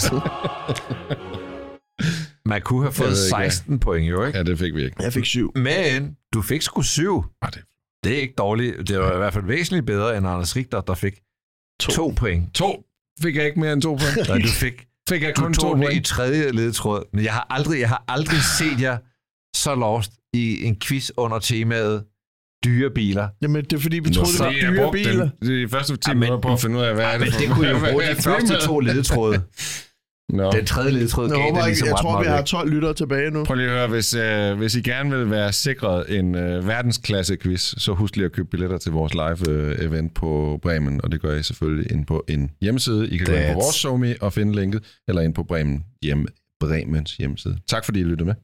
Man kunne have fået ved ikke, seksten point, jo, ikke? Ja, det fik vi ikke. Jeg fik syv. Men du fik sgu syv. Ah, det... Det er ikke dårligt. Det var i hvert fald væsentligt bedre end Anders Richter, der fik to, to point. To. Fik jeg ikke mere end to point? Nej, du fik, Fik jeg du kun to tog den i point? tredje ledetråd. Men jeg har aldrig, jeg har aldrig set jer så lost i en quiz under temaet dyrebiler. Jamen, det er fordi, vi troede, det var Jeg dyre brugte biler. den, det er de første ti Ja, men- minutter på at finde ud af, hvad Ej, er men det for... det kunne jo hvad- bruge hvad de er første temaet? to ledetråde. Nå. Den tredje ledetråd Jeg, gav håber, det ikke, ligesom jeg ret tror, vi meget har væk. tolv lyttere tilbage nu. Prøv lige at høre, hvis, øh, hvis I gerne vil være sikret en øh, verdensklasse-quiz, så husk lige at købe billetter til vores live-event på Bremen, og det gør I selvfølgelig ind på en hjemmeside. I kan gå ind på That's- vores SoMe og finde linket, eller ind på Bremen hjem, Bremens hjemmeside. Tak fordi I lyttede med.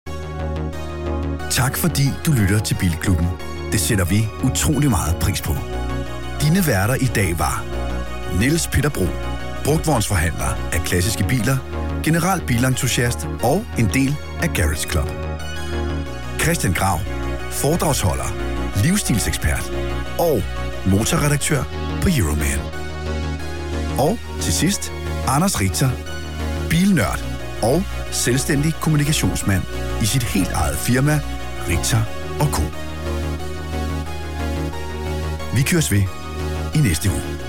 Tak fordi du lytter til Bilklubben. Det sætter vi utrolig meget pris på. Dine værter i dag var Niels Peter Bro, brugtvognsforhandler af klassiske biler, general bilentusiast og en del af Garage Club. Christian Grav, foredragsholder, livsstilsekspert og motorredaktør på Euroman. Og til sidst, Anders Richter, bilnørd og selvstændig kommunikationsmand i sit helt eget firma, Richter og Co. Vi køres ved i næste uge.